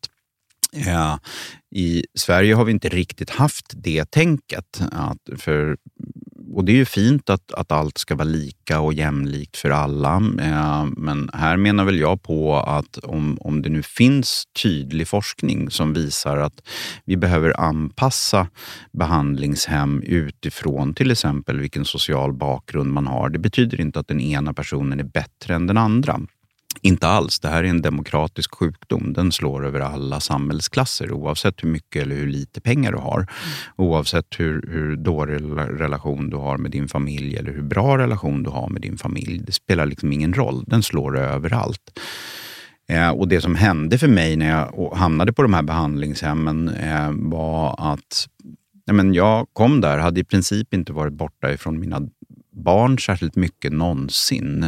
I Sverige har vi inte riktigt haft det tänket. Och det är ju fint att allt ska vara lika och jämlikt för alla. Men här menar väl jag på att om det nu finns tydlig forskning som visar att vi behöver anpassa behandlingshem utifrån till exempel vilken social bakgrund man har. Det betyder inte att den ena personen är bättre än den andra. Inte alls. Det här är en demokratisk sjukdom. Den slår över alla samhällsklasser oavsett hur mycket eller hur lite pengar du har. Oavsett hur dålig relation du har med din familj eller hur bra relation du har med din familj. Det spelar liksom ingen roll. Den slår överallt. Och det som hände för mig när jag hamnade på de här behandlingshemmen var att Nej, men jag kom där, hade i princip inte varit borta ifrån mina barn särskilt mycket någonsin.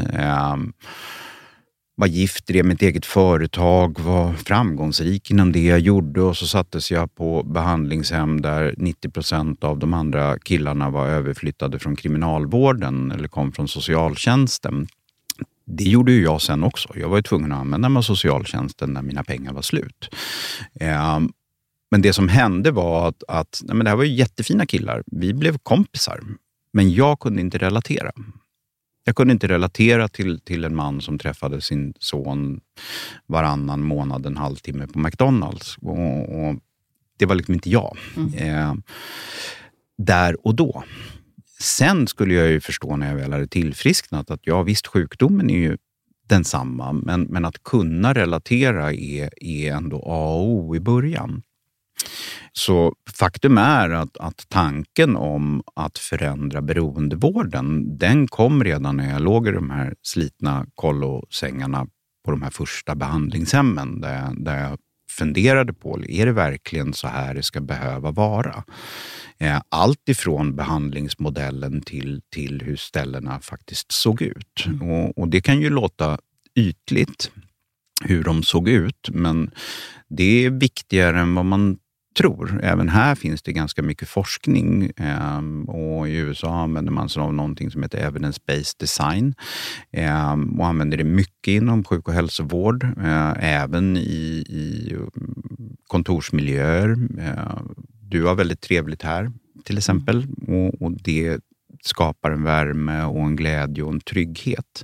Var gift, drev mitt eget företag, var framgångsrik inom det jag gjorde och så sattes jag på behandlingshem där 90% av de andra killarna var överflyttade från kriminalvården eller kom från socialtjänsten. Det gjorde ju jag sen också. Jag var ju tvungen att använda mig av socialtjänsten när mina pengar var slut. Men det som hände var att det här var ju jättefina killar. Vi blev kompisar. Men jag kunde inte relatera. Jag kunde inte relatera till en man som träffade sin son varannan månad, en halvtimme på McDonalds. Och det var liksom inte jag. Där och då. Sen skulle jag ju förstå när jag väl hade tillfrisknat att visst, sjukdomen är ju densamma. Men att kunna relatera är ändå A och O i början. Så faktum är att tanken om att förändra beroendevården, den kom redan när jag låg i de här slitna kollosängarna på de här första behandlingshemmen där jag funderade på, är det verkligen så här det ska behöva vara? Allt ifrån behandlingsmodellen till hur ställena faktiskt såg ut. Och det kan ju låta ytligt hur de såg ut, men det är viktigare än vad man tror. Även här finns det ganska mycket forskning och i USA använder man sig av någonting som heter evidence-based design och använder det mycket inom sjuk- och hälsovård, även i kontorsmiljöer. Du har väldigt trevligt här till exempel och det skapar en värme och en glädje och en trygghet.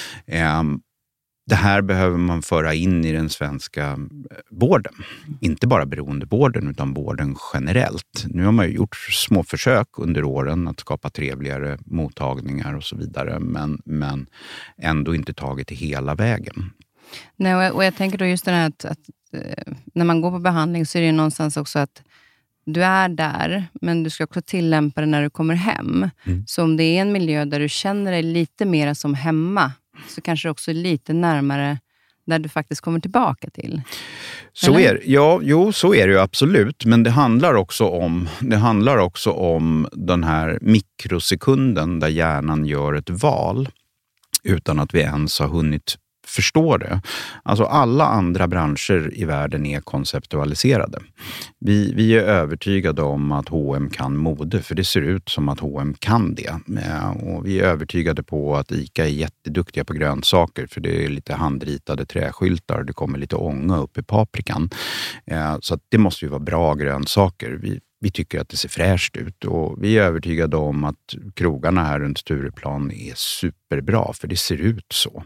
Det här behöver man föra in i den svenska vården. Inte bara beroendevården utan vården generellt. Nu har man ju gjort små försök under åren att skapa trevligare mottagningar och så vidare. Men ändå inte tagit det hela vägen. Nej, och jag tänker då just det här att när man går på behandling så är det någonstans också att du är där, men du ska också tillämpa det när du kommer hem. Så om det är en miljö där du känner dig lite mer som hemma, så kanske det också är lite närmare där du faktiskt kommer tillbaka till. Så så är det ju absolut. Men det handlar också om den här mikrosekunden där hjärnan gör ett val utan att vi ens har hunnit förstå det. Alltså alla andra branscher i världen är konceptualiserade. Vi är övertygade om att H&M kan mode, för det ser ut som att H&M kan det. Och vi är övertygade på att ICA är jätteduktiga på grönsaker, för det är lite handritade träskyltar. Det kommer lite ånga upp i paprikan. Så att det måste ju vara bra grönsaker. Vi tycker att det ser fräscht ut och vi är övertygade om att krogarna här runt Stureplan är superbra, för det ser ut så.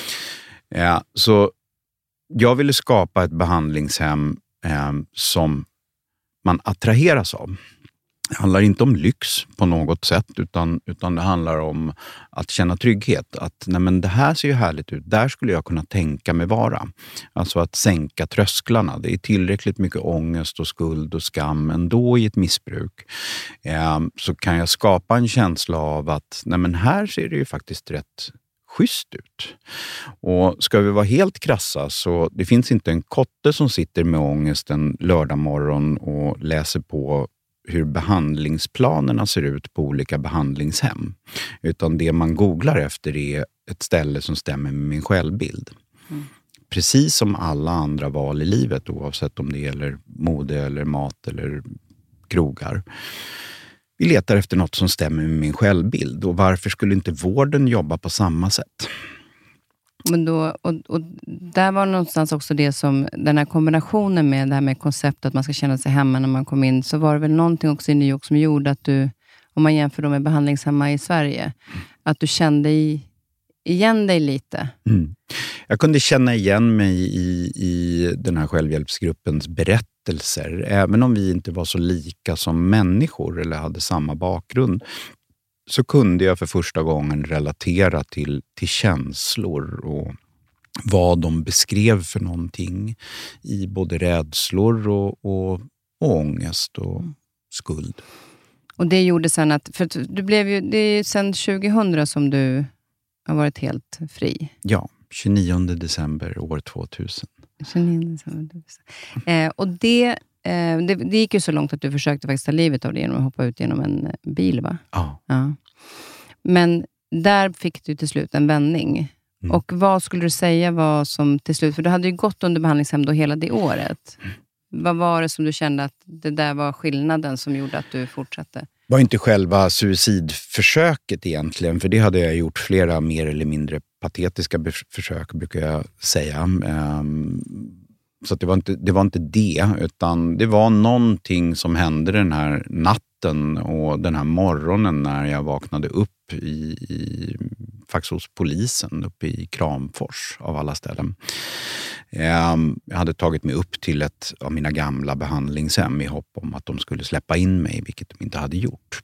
Så jag ville skapa ett behandlingshem som man attraheras av. Det handlar inte om lyx på något sätt utan det handlar om att känna trygghet. Att nej men det här ser ju härligt ut, där skulle jag kunna tänka mig vara. Alltså att sänka trösklarna. Det är tillräckligt mycket ångest och skuld och skam ändå i ett missbruk. Så kan jag skapa en känsla av att nej men här ser det ju faktiskt rätt schysst ut. Och ska vi vara helt krassa så det finns inte en kotte som sitter med ångest en lördag morgon och läser på hur behandlingsplanerna ser ut på olika behandlingshem. Utan det man googlar efter är ett ställe som stämmer med min självbild. Precis som alla andra val i livet, oavsett om det gäller mode eller mat eller krogar. Vi letar efter något som stämmer med min självbild. Och varför skulle inte vården jobba på samma sätt? Men då, och där var någonstans också det som, den här kombinationen med det här med konceptet att man ska känna sig hemma när man kom in, så var det väl någonting också i New York som gjorde att du, om man jämför då med behandlingshemma i Sverige, att du kände igen dig lite. Jag kunde känna igen mig i den här självhjälpsgruppens berättelser, även om vi inte var så lika som människor eller hade samma bakgrund. Så kunde jag för första gången relatera till känslor och vad de beskrev för någonting i både rädslor och ångest och skuld. Och det gjorde sen att, för du blev ju, det är sen 2000 som du har varit helt fri. Ja, 29 december år 2000. 29 december. Och det det gick ju så långt att du försökte faktiskt ta livet av dig genom att hoppa ut genom en bil, va? Ja. Men där fick du till slut en vändning. Och vad skulle du säga var som till slut, för du hade ju gått under behandlingshem då hela det året. Vad var det som du kände att det där var skillnaden som gjorde att du fortsatte? Det var inte själva suicidförsöket egentligen, för det hade jag gjort flera mer eller mindre patetiska försök, brukar jag säga. Så att det var inte det, utan det var någonting som hände den här natten och den här morgonen när jag vaknade upp faktiskt hos polisen uppe i Kramfors av alla ställen. Jag hade tagit mig upp till ett av mina gamla behandlingshem i hopp om att de skulle släppa in mig, vilket de inte hade gjort.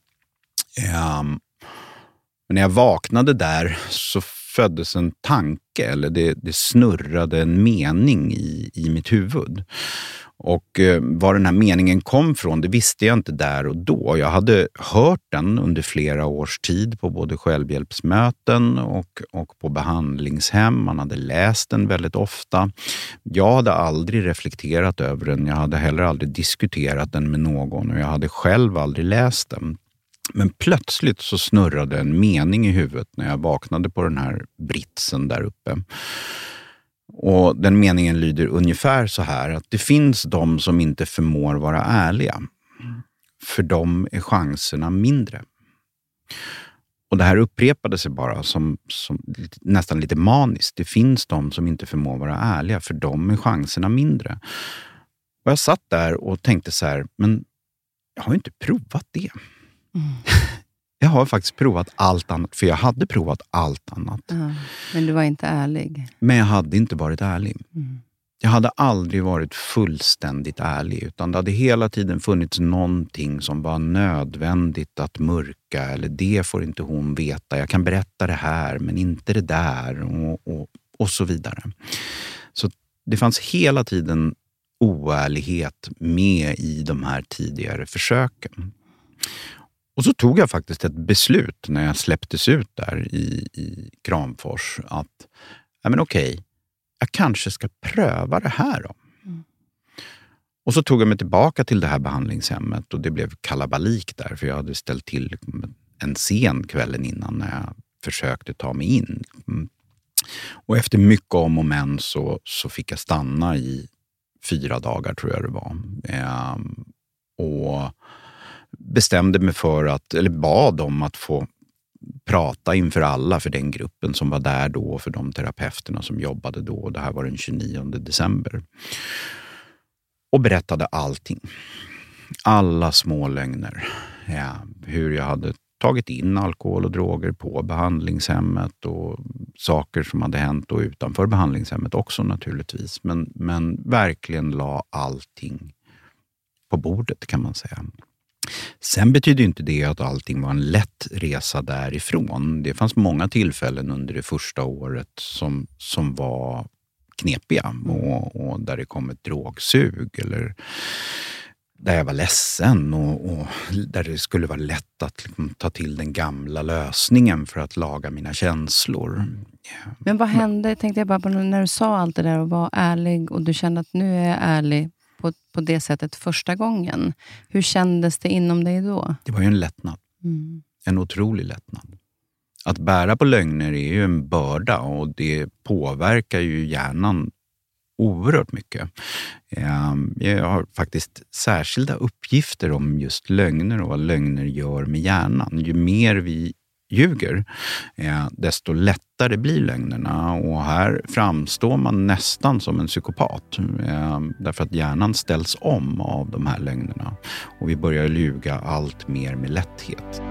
Men när jag vaknade där så föddes en tanke, eller det snurrade en mening i mitt huvud. Och var den här meningen kom från, det visste jag inte där och då. Jag hade hört den under flera års tid på både självhjälpsmöten och på behandlingshem. Man hade läst den väldigt ofta. Jag hade aldrig reflekterat över den. Jag hade heller aldrig diskuterat den med någon och jag hade själv aldrig läst den. Men plötsligt så snurrade en mening i huvudet när jag vaknade på den här britsen där uppe. Och den meningen lyder ungefär så här, att det finns de som inte förmår vara ärliga. För dem är chanserna mindre. Och det här upprepade sig bara som nästan lite maniskt. Det finns de som inte förmår vara ärliga, för dem är chanserna mindre. Och jag satt där och tänkte så här, men jag har ju inte provat det. Jag har faktiskt provat allt annat, för jag hade provat allt annat. Men du var inte ärlig. Men jag hade inte varit ärlig. Jag hade aldrig varit fullständigt ärlig, utan det hade hela tiden funnits någonting som var nödvändigt att mörka, eller det får inte hon veta. Jag kan berätta det här, men inte det där, och så vidare. Så det fanns hela tiden oärlighet med i de här tidigare försöken. Och så tog jag faktiskt ett beslut när jag släpptes ut där i Kramfors att, ja men okej, jag kanske ska pröva det här då. Och så tog jag mig tillbaka till det här behandlingshemmet och det blev kalabalik där, för jag hade ställt till en scen kvällen innan när jag försökte ta mig in. Och efter mycket om och men så fick jag stanna i 4 dagar, tror jag det var. Och bestämde mig för att, eller bad om att få prata inför alla, för den gruppen som var där då, för de terapeuterna som jobbade då. Det här var den 29 december. Och berättade allting. Alla små lögner. Hur jag hade tagit in alkohol och droger på behandlingshemmet och saker som hade hänt och utanför behandlingshemmet också naturligtvis. Men verkligen la allting på bordet, kan man säga. Sen betyder inte det att allting var en lätt resa därifrån. Det fanns många tillfällen under det första året som var knepiga och där det kom ett drogsug, eller där jag var ledsen och där det skulle vara lätt att ta till den gamla lösningen för att laga mina känslor. Men vad hände, tänkte jag bara på, när du sa allt det där och var ärlig och du kände att nu är jag ärlig på det sättet första gången. Hur kändes det inom dig då? Det var ju en lättnad. En otrolig lättnad. Att bära på lögner är ju en börda och det påverkar ju hjärnan oerhört mycket. Jag har faktiskt särskilda uppgifter om just lögner och vad lögner gör med hjärnan. Ju mer vi ljuger, desto lättare blir lögnerna, och här framstår man nästan som en psykopat, därför att hjärnan ställs om av de här lögnerna och vi börjar ljuga allt mer med lätthet.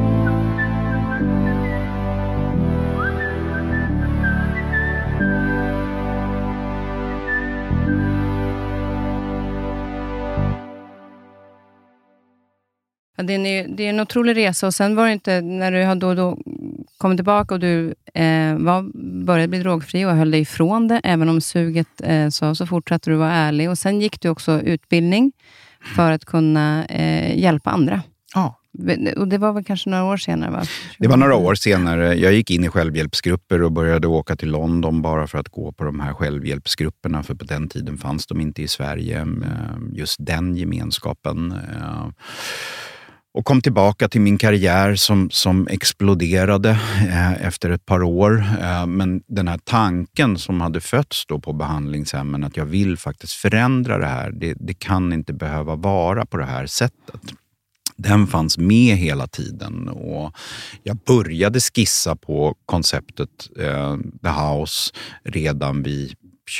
Ja, det är en otrolig resa, och sen var det inte, när du har då kommit tillbaka och du började bli drogfri och höll dig ifrån det, även om suget så fortsatte du vara ärlig, och sen gick du också utbildning för att kunna hjälpa andra. Ja. Och det var väl kanske några år senare, va? Det var några år senare. Jag gick in i självhjälpsgrupper och började åka till London bara för att gå på de här självhjälpsgrupperna. För på den tiden fanns de inte i Sverige, just den gemenskapen. Och kom tillbaka till min karriär som exploderade efter ett par år. Men den här tanken som hade fötts då på behandlingshemmen, att jag vill faktiskt förändra det här. Det kan inte behöva vara på det här sättet. Den fanns med hela tiden och jag började skissa på konceptet The House redan vid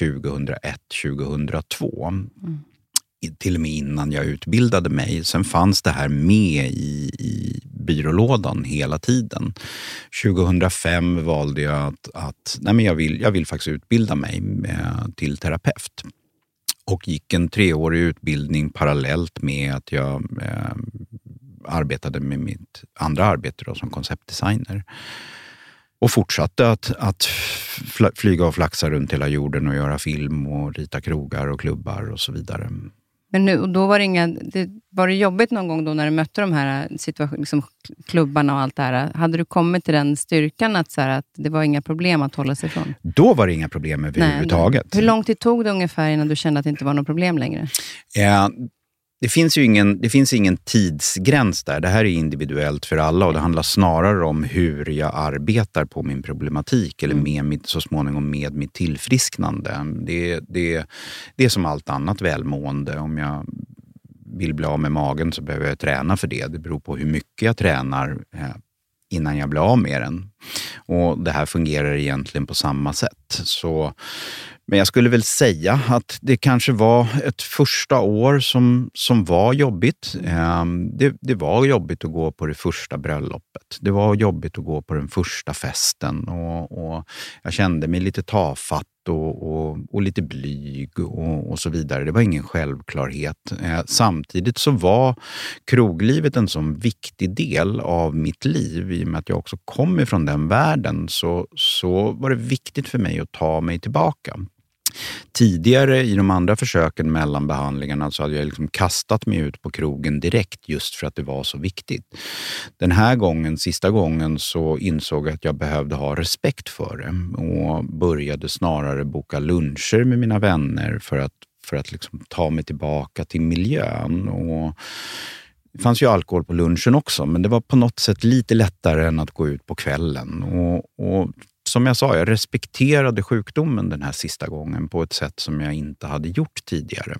2001-2002. Till och med innan jag utbildade mig. Sen fanns det här med i byrålådan hela tiden. 2005 valde jag att jag vill faktiskt utbilda mig till terapeut. Och gick en 3-årig utbildning parallellt med att jag arbetade med mitt andra arbete då, som konceptdesigner. Och fortsatte att flyga och flaxa runt hela jorden och göra film och rita krogar och klubbar och så vidare. Men nu, och då var det jobbigt någon gång då när du mötte de här liksom klubbarna och allt det här? Hade du kommit till den styrkan att det var inga problem att hålla sig ifrån? Då var det inga problem överhuvudtaget. Nej. Hur lång tid tog det ungefär innan du kände att det inte var något problem längre? Det finns ingen tidsgräns där. Det här är individuellt för alla och det handlar snarare om hur jag arbetar på min problematik eller så småningom med mitt tillfrisknande. Det är som allt annat välmående. Om jag vill bli av med magen så behöver jag träna för det. Det beror på hur mycket jag tränar innan jag blir av med den. Och det här fungerar egentligen på samma sätt. Men jag skulle väl säga att det kanske var ett första år som var jobbigt. Det var jobbigt att gå på det första bröllopet. Det var jobbigt att gå på den första festen. Och jag kände mig lite tafatt och lite blyg och så vidare. Det var ingen självklarhet. Samtidigt så var kroglivet en sån viktig del av mitt liv. I och med att jag också kom ifrån den världen så var det viktigt för mig att ta mig tillbaka. Tidigare i de andra försöken mellan behandlingarna så hade jag liksom kastat mig ut på krogen direkt just för att det var så viktigt. Den här gången, sista gången, så insåg jag att jag behövde ha respekt för det och började snarare boka luncher med mina vänner för att liksom ta mig tillbaka till miljön. Och det fanns ju alkohol på lunchen också, men det var på något sätt lite lättare än att gå ut på kvällen. Och som jag sa, jag respekterade sjukdomen den här sista gången på ett sätt som jag inte hade gjort tidigare.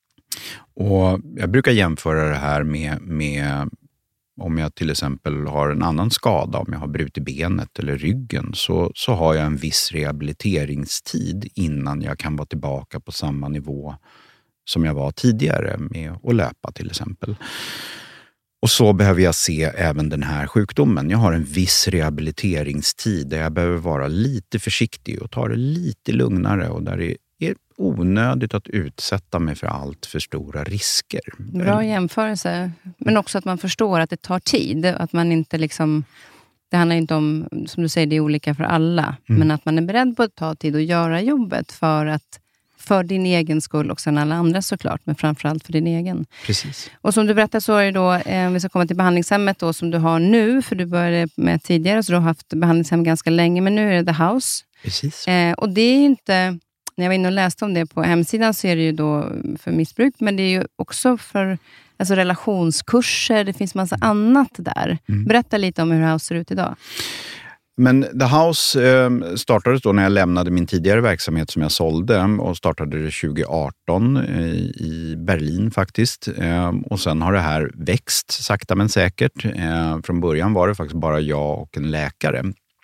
Och jag brukar jämföra det här med om jag till exempel har en annan skada, om jag har brutit benet eller ryggen, så har jag en viss rehabiliteringstid innan jag kan vara tillbaka på samma nivå som jag var tidigare med att löpa till exempel. Och så behöver jag se även den här sjukdomen. Jag har en viss rehabiliteringstid där jag behöver vara lite försiktig och ta det lite lugnare och där det är onödigt att utsätta mig för allt för stora risker. Bra jämförelse. Men också att man förstår att det tar tid. Att man inte liksom, det handlar inte om, som du säger, det är olika för alla. Men att man är beredd på att ta tid och göra jobbet för din egen skull och sen alla andra såklart, men framförallt för din egen. Precis. Och som du berättade så är det då, vi ska komma till behandlingshemmet då, som du har nu, för du började med tidigare, så du har haft behandlingshem ganska länge, men nu är det The House. Precis. Och det är ju inte, när jag var inne och läste om det på hemsidan, så är det ju då för missbruk, men det är ju också för relationskurser, det finns massa annat där. Berätta lite om hur House ser ut idag. Men The House startades då när jag lämnade min tidigare verksamhet som jag sålde och startade det 2018 i Berlin faktiskt. Och sen har det här växt sakta men säkert. Från början var det faktiskt bara jag och en läkare.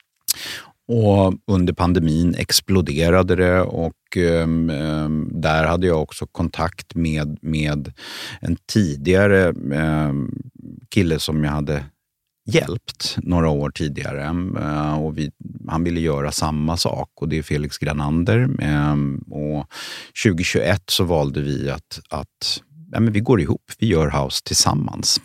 Och under pandemin exploderade det och där hade jag också kontakt med en tidigare kille som jag hade hjälpt några år tidigare och han ville göra samma sak och det är Felix Granander och 2021 så valde vi att vi går ihop, vi gör House tillsammans.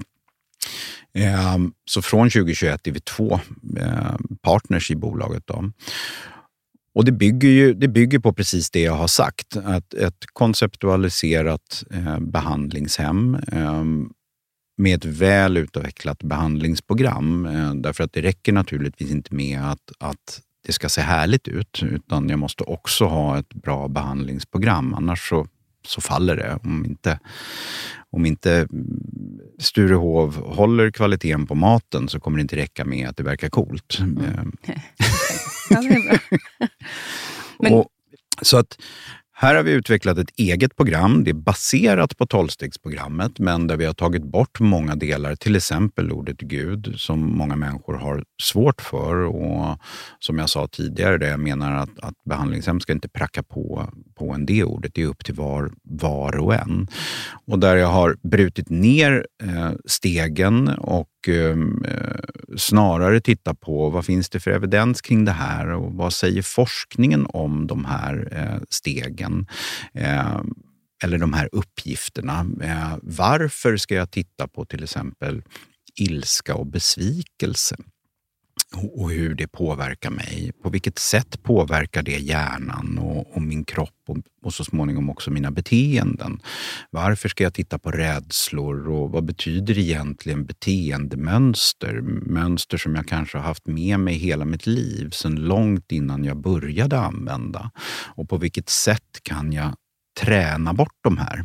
Så från 2021 är vi 2 partners i bolaget då. Och det bygger på precis det jag har sagt, att ett konceptualiserat behandlingshem med ett väl utvecklat behandlingsprogram. Därför att det räcker naturligtvis inte med att det ska se härligt ut, utan jag måste också ha ett bra behandlingsprogram. Annars så faller det. Om inte Sturehov håller kvaliteten på maten så kommer det inte räcka med att det verkar coolt. Ja, det är bra. Men... Så att här har vi utvecklat ett eget program. Det är baserat på 12-stegsprogrammet, men där vi har tagit bort många delar, till exempel ordet Gud, som många människor har svårt för. Och som jag sa tidigare, det jag menar att behandlingshem ska inte pracka på en det ordet. Det är upp till var och en. Och där jag har brutit ner stegen och snarare titta på vad finns det för evidens kring det här och vad säger forskningen om de här stegen eller de här uppgifterna. Varför ska jag titta på till exempel ilska och besvikelse och hur det påverkar mig? På vilket sätt påverkar det hjärnan och min kropp och så småningom också mina beteenden? Varför ska jag titta på rädslor och vad betyder egentligen beteendemönster? Mönster som jag kanske har haft med mig hela mitt liv sedan långt innan jag började använda. Och på vilket sätt kan jag träna bort de här?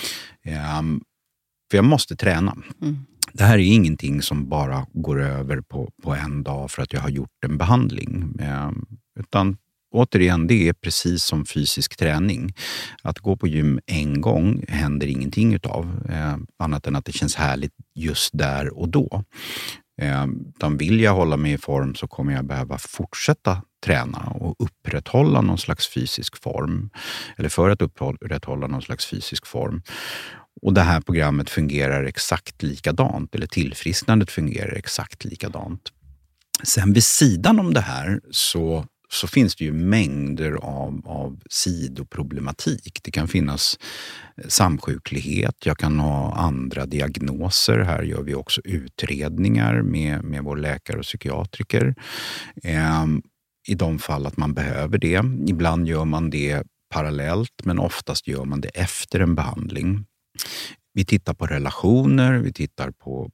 För jag måste träna. Det här är ingenting som bara går över på en dag för att jag har gjort en behandling. Utan återigen, det är precis som fysisk träning. Att gå på gym en gång händer ingenting utav. Annat än att det känns härligt just där och då. Utan vill jag hålla mig i form så kommer jag behöva fortsätta träna och upprätthålla någon slags fysisk form. Eller för att upprätthålla någon slags fysisk form. Och det här programmet fungerar exakt likadant, eller tillfrisknandet fungerar exakt likadant. Sen vid sidan om det här så finns det ju mängder av sidoproblematik. Det kan finnas samsjuklighet, jag kan ha andra diagnoser. Här gör vi också utredningar med vår läkare och psykiatriker. I de fall att man behöver det. Ibland gör man det parallellt, men oftast gör man det efter en behandling. Vi tittar på relationer, vi tittar på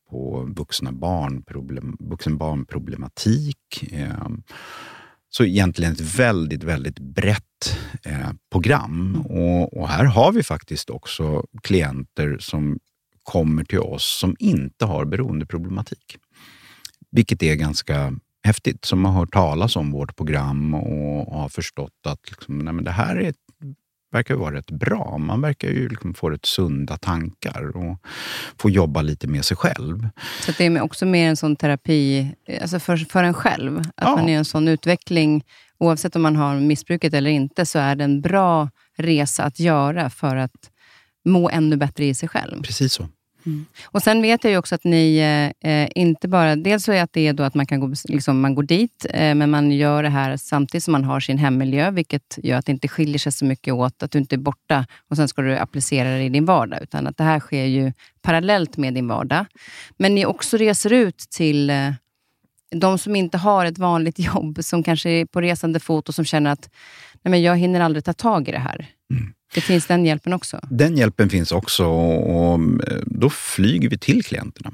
vuxen barnproblematik. Så egentligen ett väldigt, väldigt brett program. Och här har vi faktiskt också klienter som kommer till oss som inte har beroendeproblematik. Vilket är ganska häftigt, som har hört talas om vårt program och har förstått att liksom, nej, men det här verkar vara rätt bra. Man verkar ju liksom få rätt sunda tankar och få jobba lite med sig själv. Så det är också mer en sån terapi alltså för en själv. Att man är en sån utveckling, oavsett om man har missbruket eller inte, så är det en bra resa att göra för att må ännu bättre i sig själv. Precis så. Och sen vet jag ju också att ni inte bara, dels så är att det är då att man kan gå, liksom, man går dit, men man gör det här samtidigt som man har sin hemmiljö, vilket gör att det inte skiljer sig så mycket åt, att du inte är borta och sen ska du applicera det i din vardag, utan att det här sker ju parallellt med din vardag. Men ni också reser ut till de som inte har ett vanligt jobb, som kanske är på resande fot och som känner att nej, men jag hinner aldrig ta tag i det här. Det finns den hjälpen också? Den hjälpen finns också, och då flyger vi till klienterna.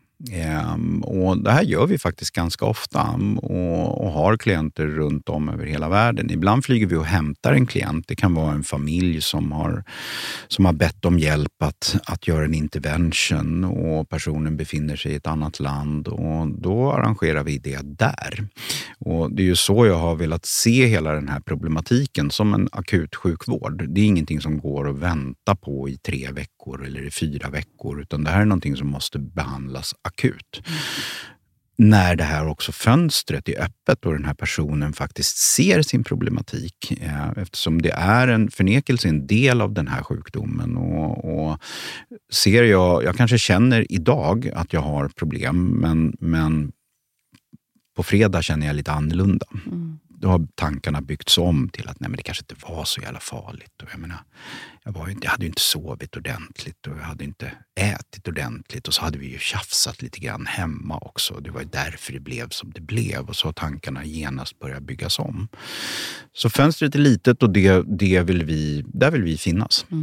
Och det här gör vi faktiskt ganska ofta och har klienter runt om över hela världen. Ibland flyger vi och hämtar en klient. Det kan vara en familj som har bett om hjälp att göra en intervention och personen befinner sig i ett annat land, och då arrangerar vi det där. Och det är ju så jag har velat se hela den här problematiken som en akut sjukvård. Det är ingenting som går att vänta på i 3 veckor eller i 4 veckor, utan det här är någonting som måste behandlas akut. När det här också fönstret är öppet och den här personen faktiskt ser sin problematik, eftersom det är en förnekelse, en del av den här sjukdomen, och ser jag kanske känner idag att jag har problem, men på fredag känner jag lite annorlunda. Då har tankarna byggts om till att nej, men det kanske inte var så jävla farligt. Och jag menar, jag hade ju inte sovit ordentligt och jag hade inte ätit ordentligt, och så hade vi ju tjafsat lite grann hemma också. Det var ju därför det blev som det blev, och så har tankarna genast börjat byggas om. Så fönstret är litet, och där vill vi finnas.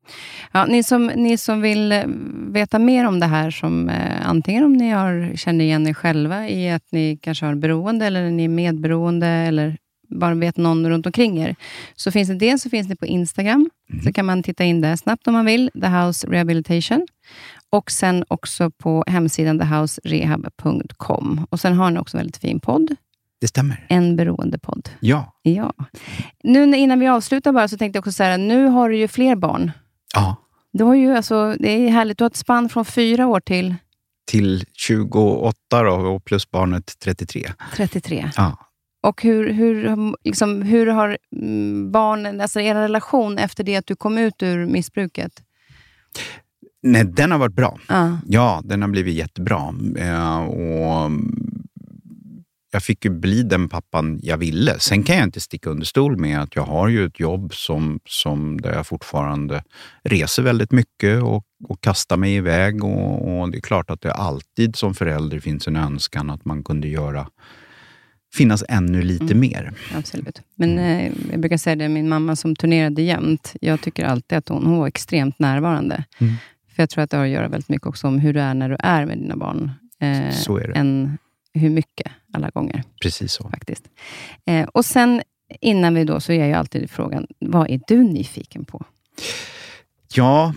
Ja, ni som vill veta mer om det här, som antingen om ni känner igen er själva i att ni kanske har beroende, eller ni är medberoende, eller bara vet någon runt omkring er, så finns det på Instagram. Så kan man titta in där snabbt om man vill, The House Rehabilitation. Och sen också på hemsidan thehouserehab.com. Och sen har ni också en väldigt fin podd. Det stämmer. En beroendepodd. Ja. Nu innan vi avslutar bara, så tänkte jag också säga, nu har du ju fler barn. Ja. Du har ju, alltså, det är härligt, du har ett spann från 4 år till 28 då, och plus barnet 33. 33. Ja. Och hur har barnen, alltså er relation efter det att du kom ut ur missbruket? Nej, den har varit bra. Ja, den har blivit jättebra. Och jag fick ju bli den pappan jag ville. Sen kan jag inte sticka under stol med att jag har ju ett jobb som där jag fortfarande reser väldigt mycket och kastar mig iväg. Och det är klart att det alltid som förälder finns en önskan att man kunde finnas ännu lite mer. Absolut. Men jag brukar säga det, min mamma som turnerade jämt, jag tycker alltid att hon var extremt närvarande. För jag tror att det har att göra väldigt mycket också om hur du är när du är med dina barn. Så är det. Än hur mycket alla gånger. Precis så. Faktiskt. Och sen innan vi då, så är ju alltid frågan, vad är du nyfiken på? Ja,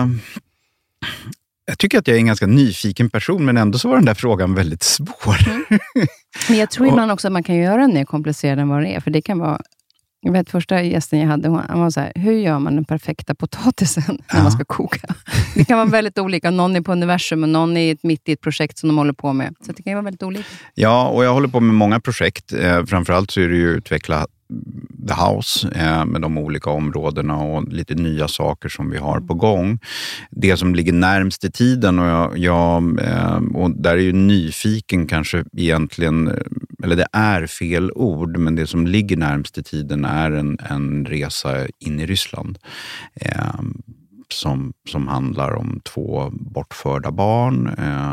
jag tycker att jag är en ganska nyfiken person, men ändå så var den där frågan väldigt svår. Men jag tror ibland också att man kan göra den mer komplicerad än vad det är. För det kan vara, jag vet första gästen jag hade, han var så här, hur gör man den perfekta potatisen när man ska koka? Det kan vara väldigt olika. Någon är på universum och någon är mitt i ett projekt som de håller på med. Så det kan ju vara väldigt olika. Ja, och jag håller på med många projekt. Framförallt så är det ju utveckla The House med de olika områdena och lite nya saker som vi har på gång. Det som ligger närmst i tiden och där är ju nyfiken kanske egentligen, eller det är fel ord, men det som ligger närmst i tiden är en resa in i Ryssland som handlar om 2 bortförda barn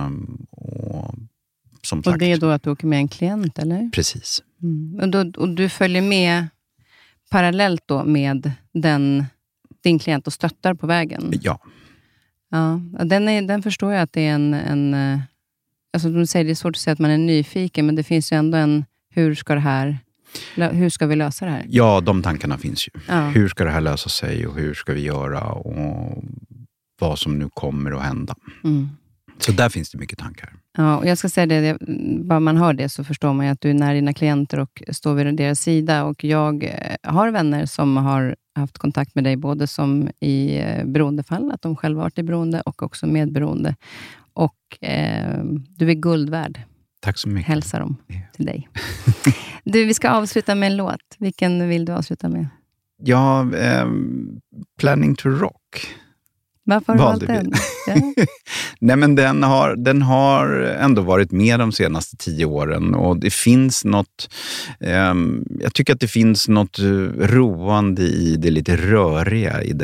och som sagt. Och det är då att du åker med en klient, eller? Precis. Och du följer med parallellt då med din klient och stöttar på vägen? Ja. Ja, den förstår jag att det är en alltså du säger det är svårt att säga att man är nyfiken, men det finns ju ändå hur ska vi lösa det här? Ja, de tankarna finns ju. Ja. Hur ska det här lösa sig och hur ska vi göra och vad som nu kommer att hända. Så där finns det mycket tankar. Ja, och jag ska säga det, bara man hör det så förstår man ju att du är nära dina klienter och står vid deras sida. Och jag har vänner som har haft kontakt med dig både som i beroendefall, att de själva har varit i beroende, och också medberoende. Och du är guld värd. Tack så mycket. Hälsar dem till dig. Du, vi ska avsluta med en låt. Vilken vill du avsluta med? Ja, Planning to Rock. Varför har du valt den? Ja. Nej, men den har ändå varit med de senaste 10 åren. Och det finns något, jag tycker att det finns något roande i det lite röriga i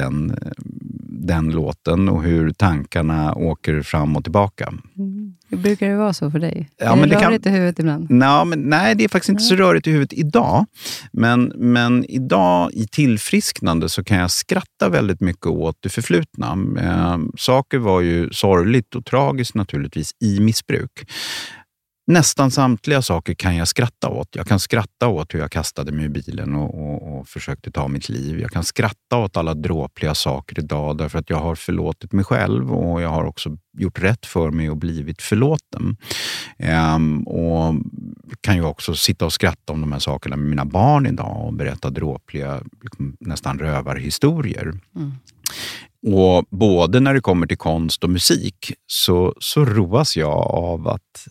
den låten och hur tankarna åker fram och tillbaka. Det brukar det vara så för dig? Ja, är det rörigt i huvudet ibland? Nej, det är faktiskt inte så rörigt i huvudet idag. Men idag i tillfrisknande så kan jag skratta väldigt mycket åt det förflutna. Saker var ju sorgligt och tragiskt naturligtvis i missbruk. Nästan samtliga saker kan jag skratta åt. Jag kan skratta åt hur jag kastade mig i bilen och försökte ta mitt liv. Jag kan skratta åt alla dråpliga saker idag därför att jag har förlåtit mig själv och jag har också gjort rätt för mig och blivit förlåten. Och kan ju också sitta och skratta om de här sakerna med mina barn idag och berätta dråpliga, nästan rövarhistorier. Och både när det kommer till konst och musik så roas jag av att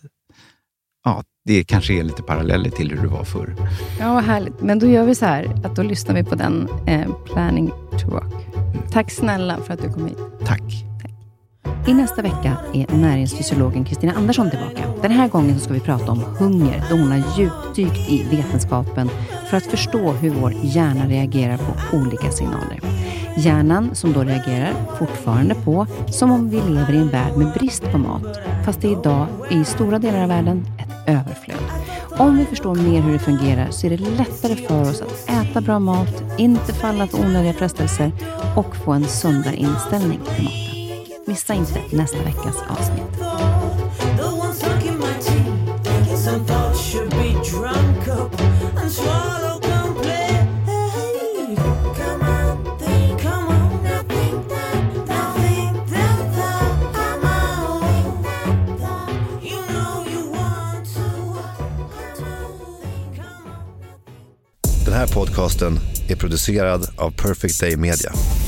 det kanske är lite paralleller till hur det var förr. Ja, vad härligt. Men då gör vi så här, att då lyssnar vi på den Planning to Rock. Tack snälla för att du kom hit. Tack. I nästa vecka är näringsfysiologen Kristina Andersson tillbaka. Den här gången så ska vi prata om hunger, då hon har djupdykt i vetenskapen för att förstå hur vår hjärna reagerar på olika signaler. Hjärnan som då reagerar fortfarande på som om vi lever i en värld med brist på mat, fast det är idag i stora delar av världen ett överflöd. Om vi förstår mer hur det fungerar så är det lättare för oss att äta bra mat, inte falla för onödiga frestelser och få en sundare inställning till maten. Missa inte nästa veckas avsnitt. Den här podcasten är producerad av Perfect Day Media.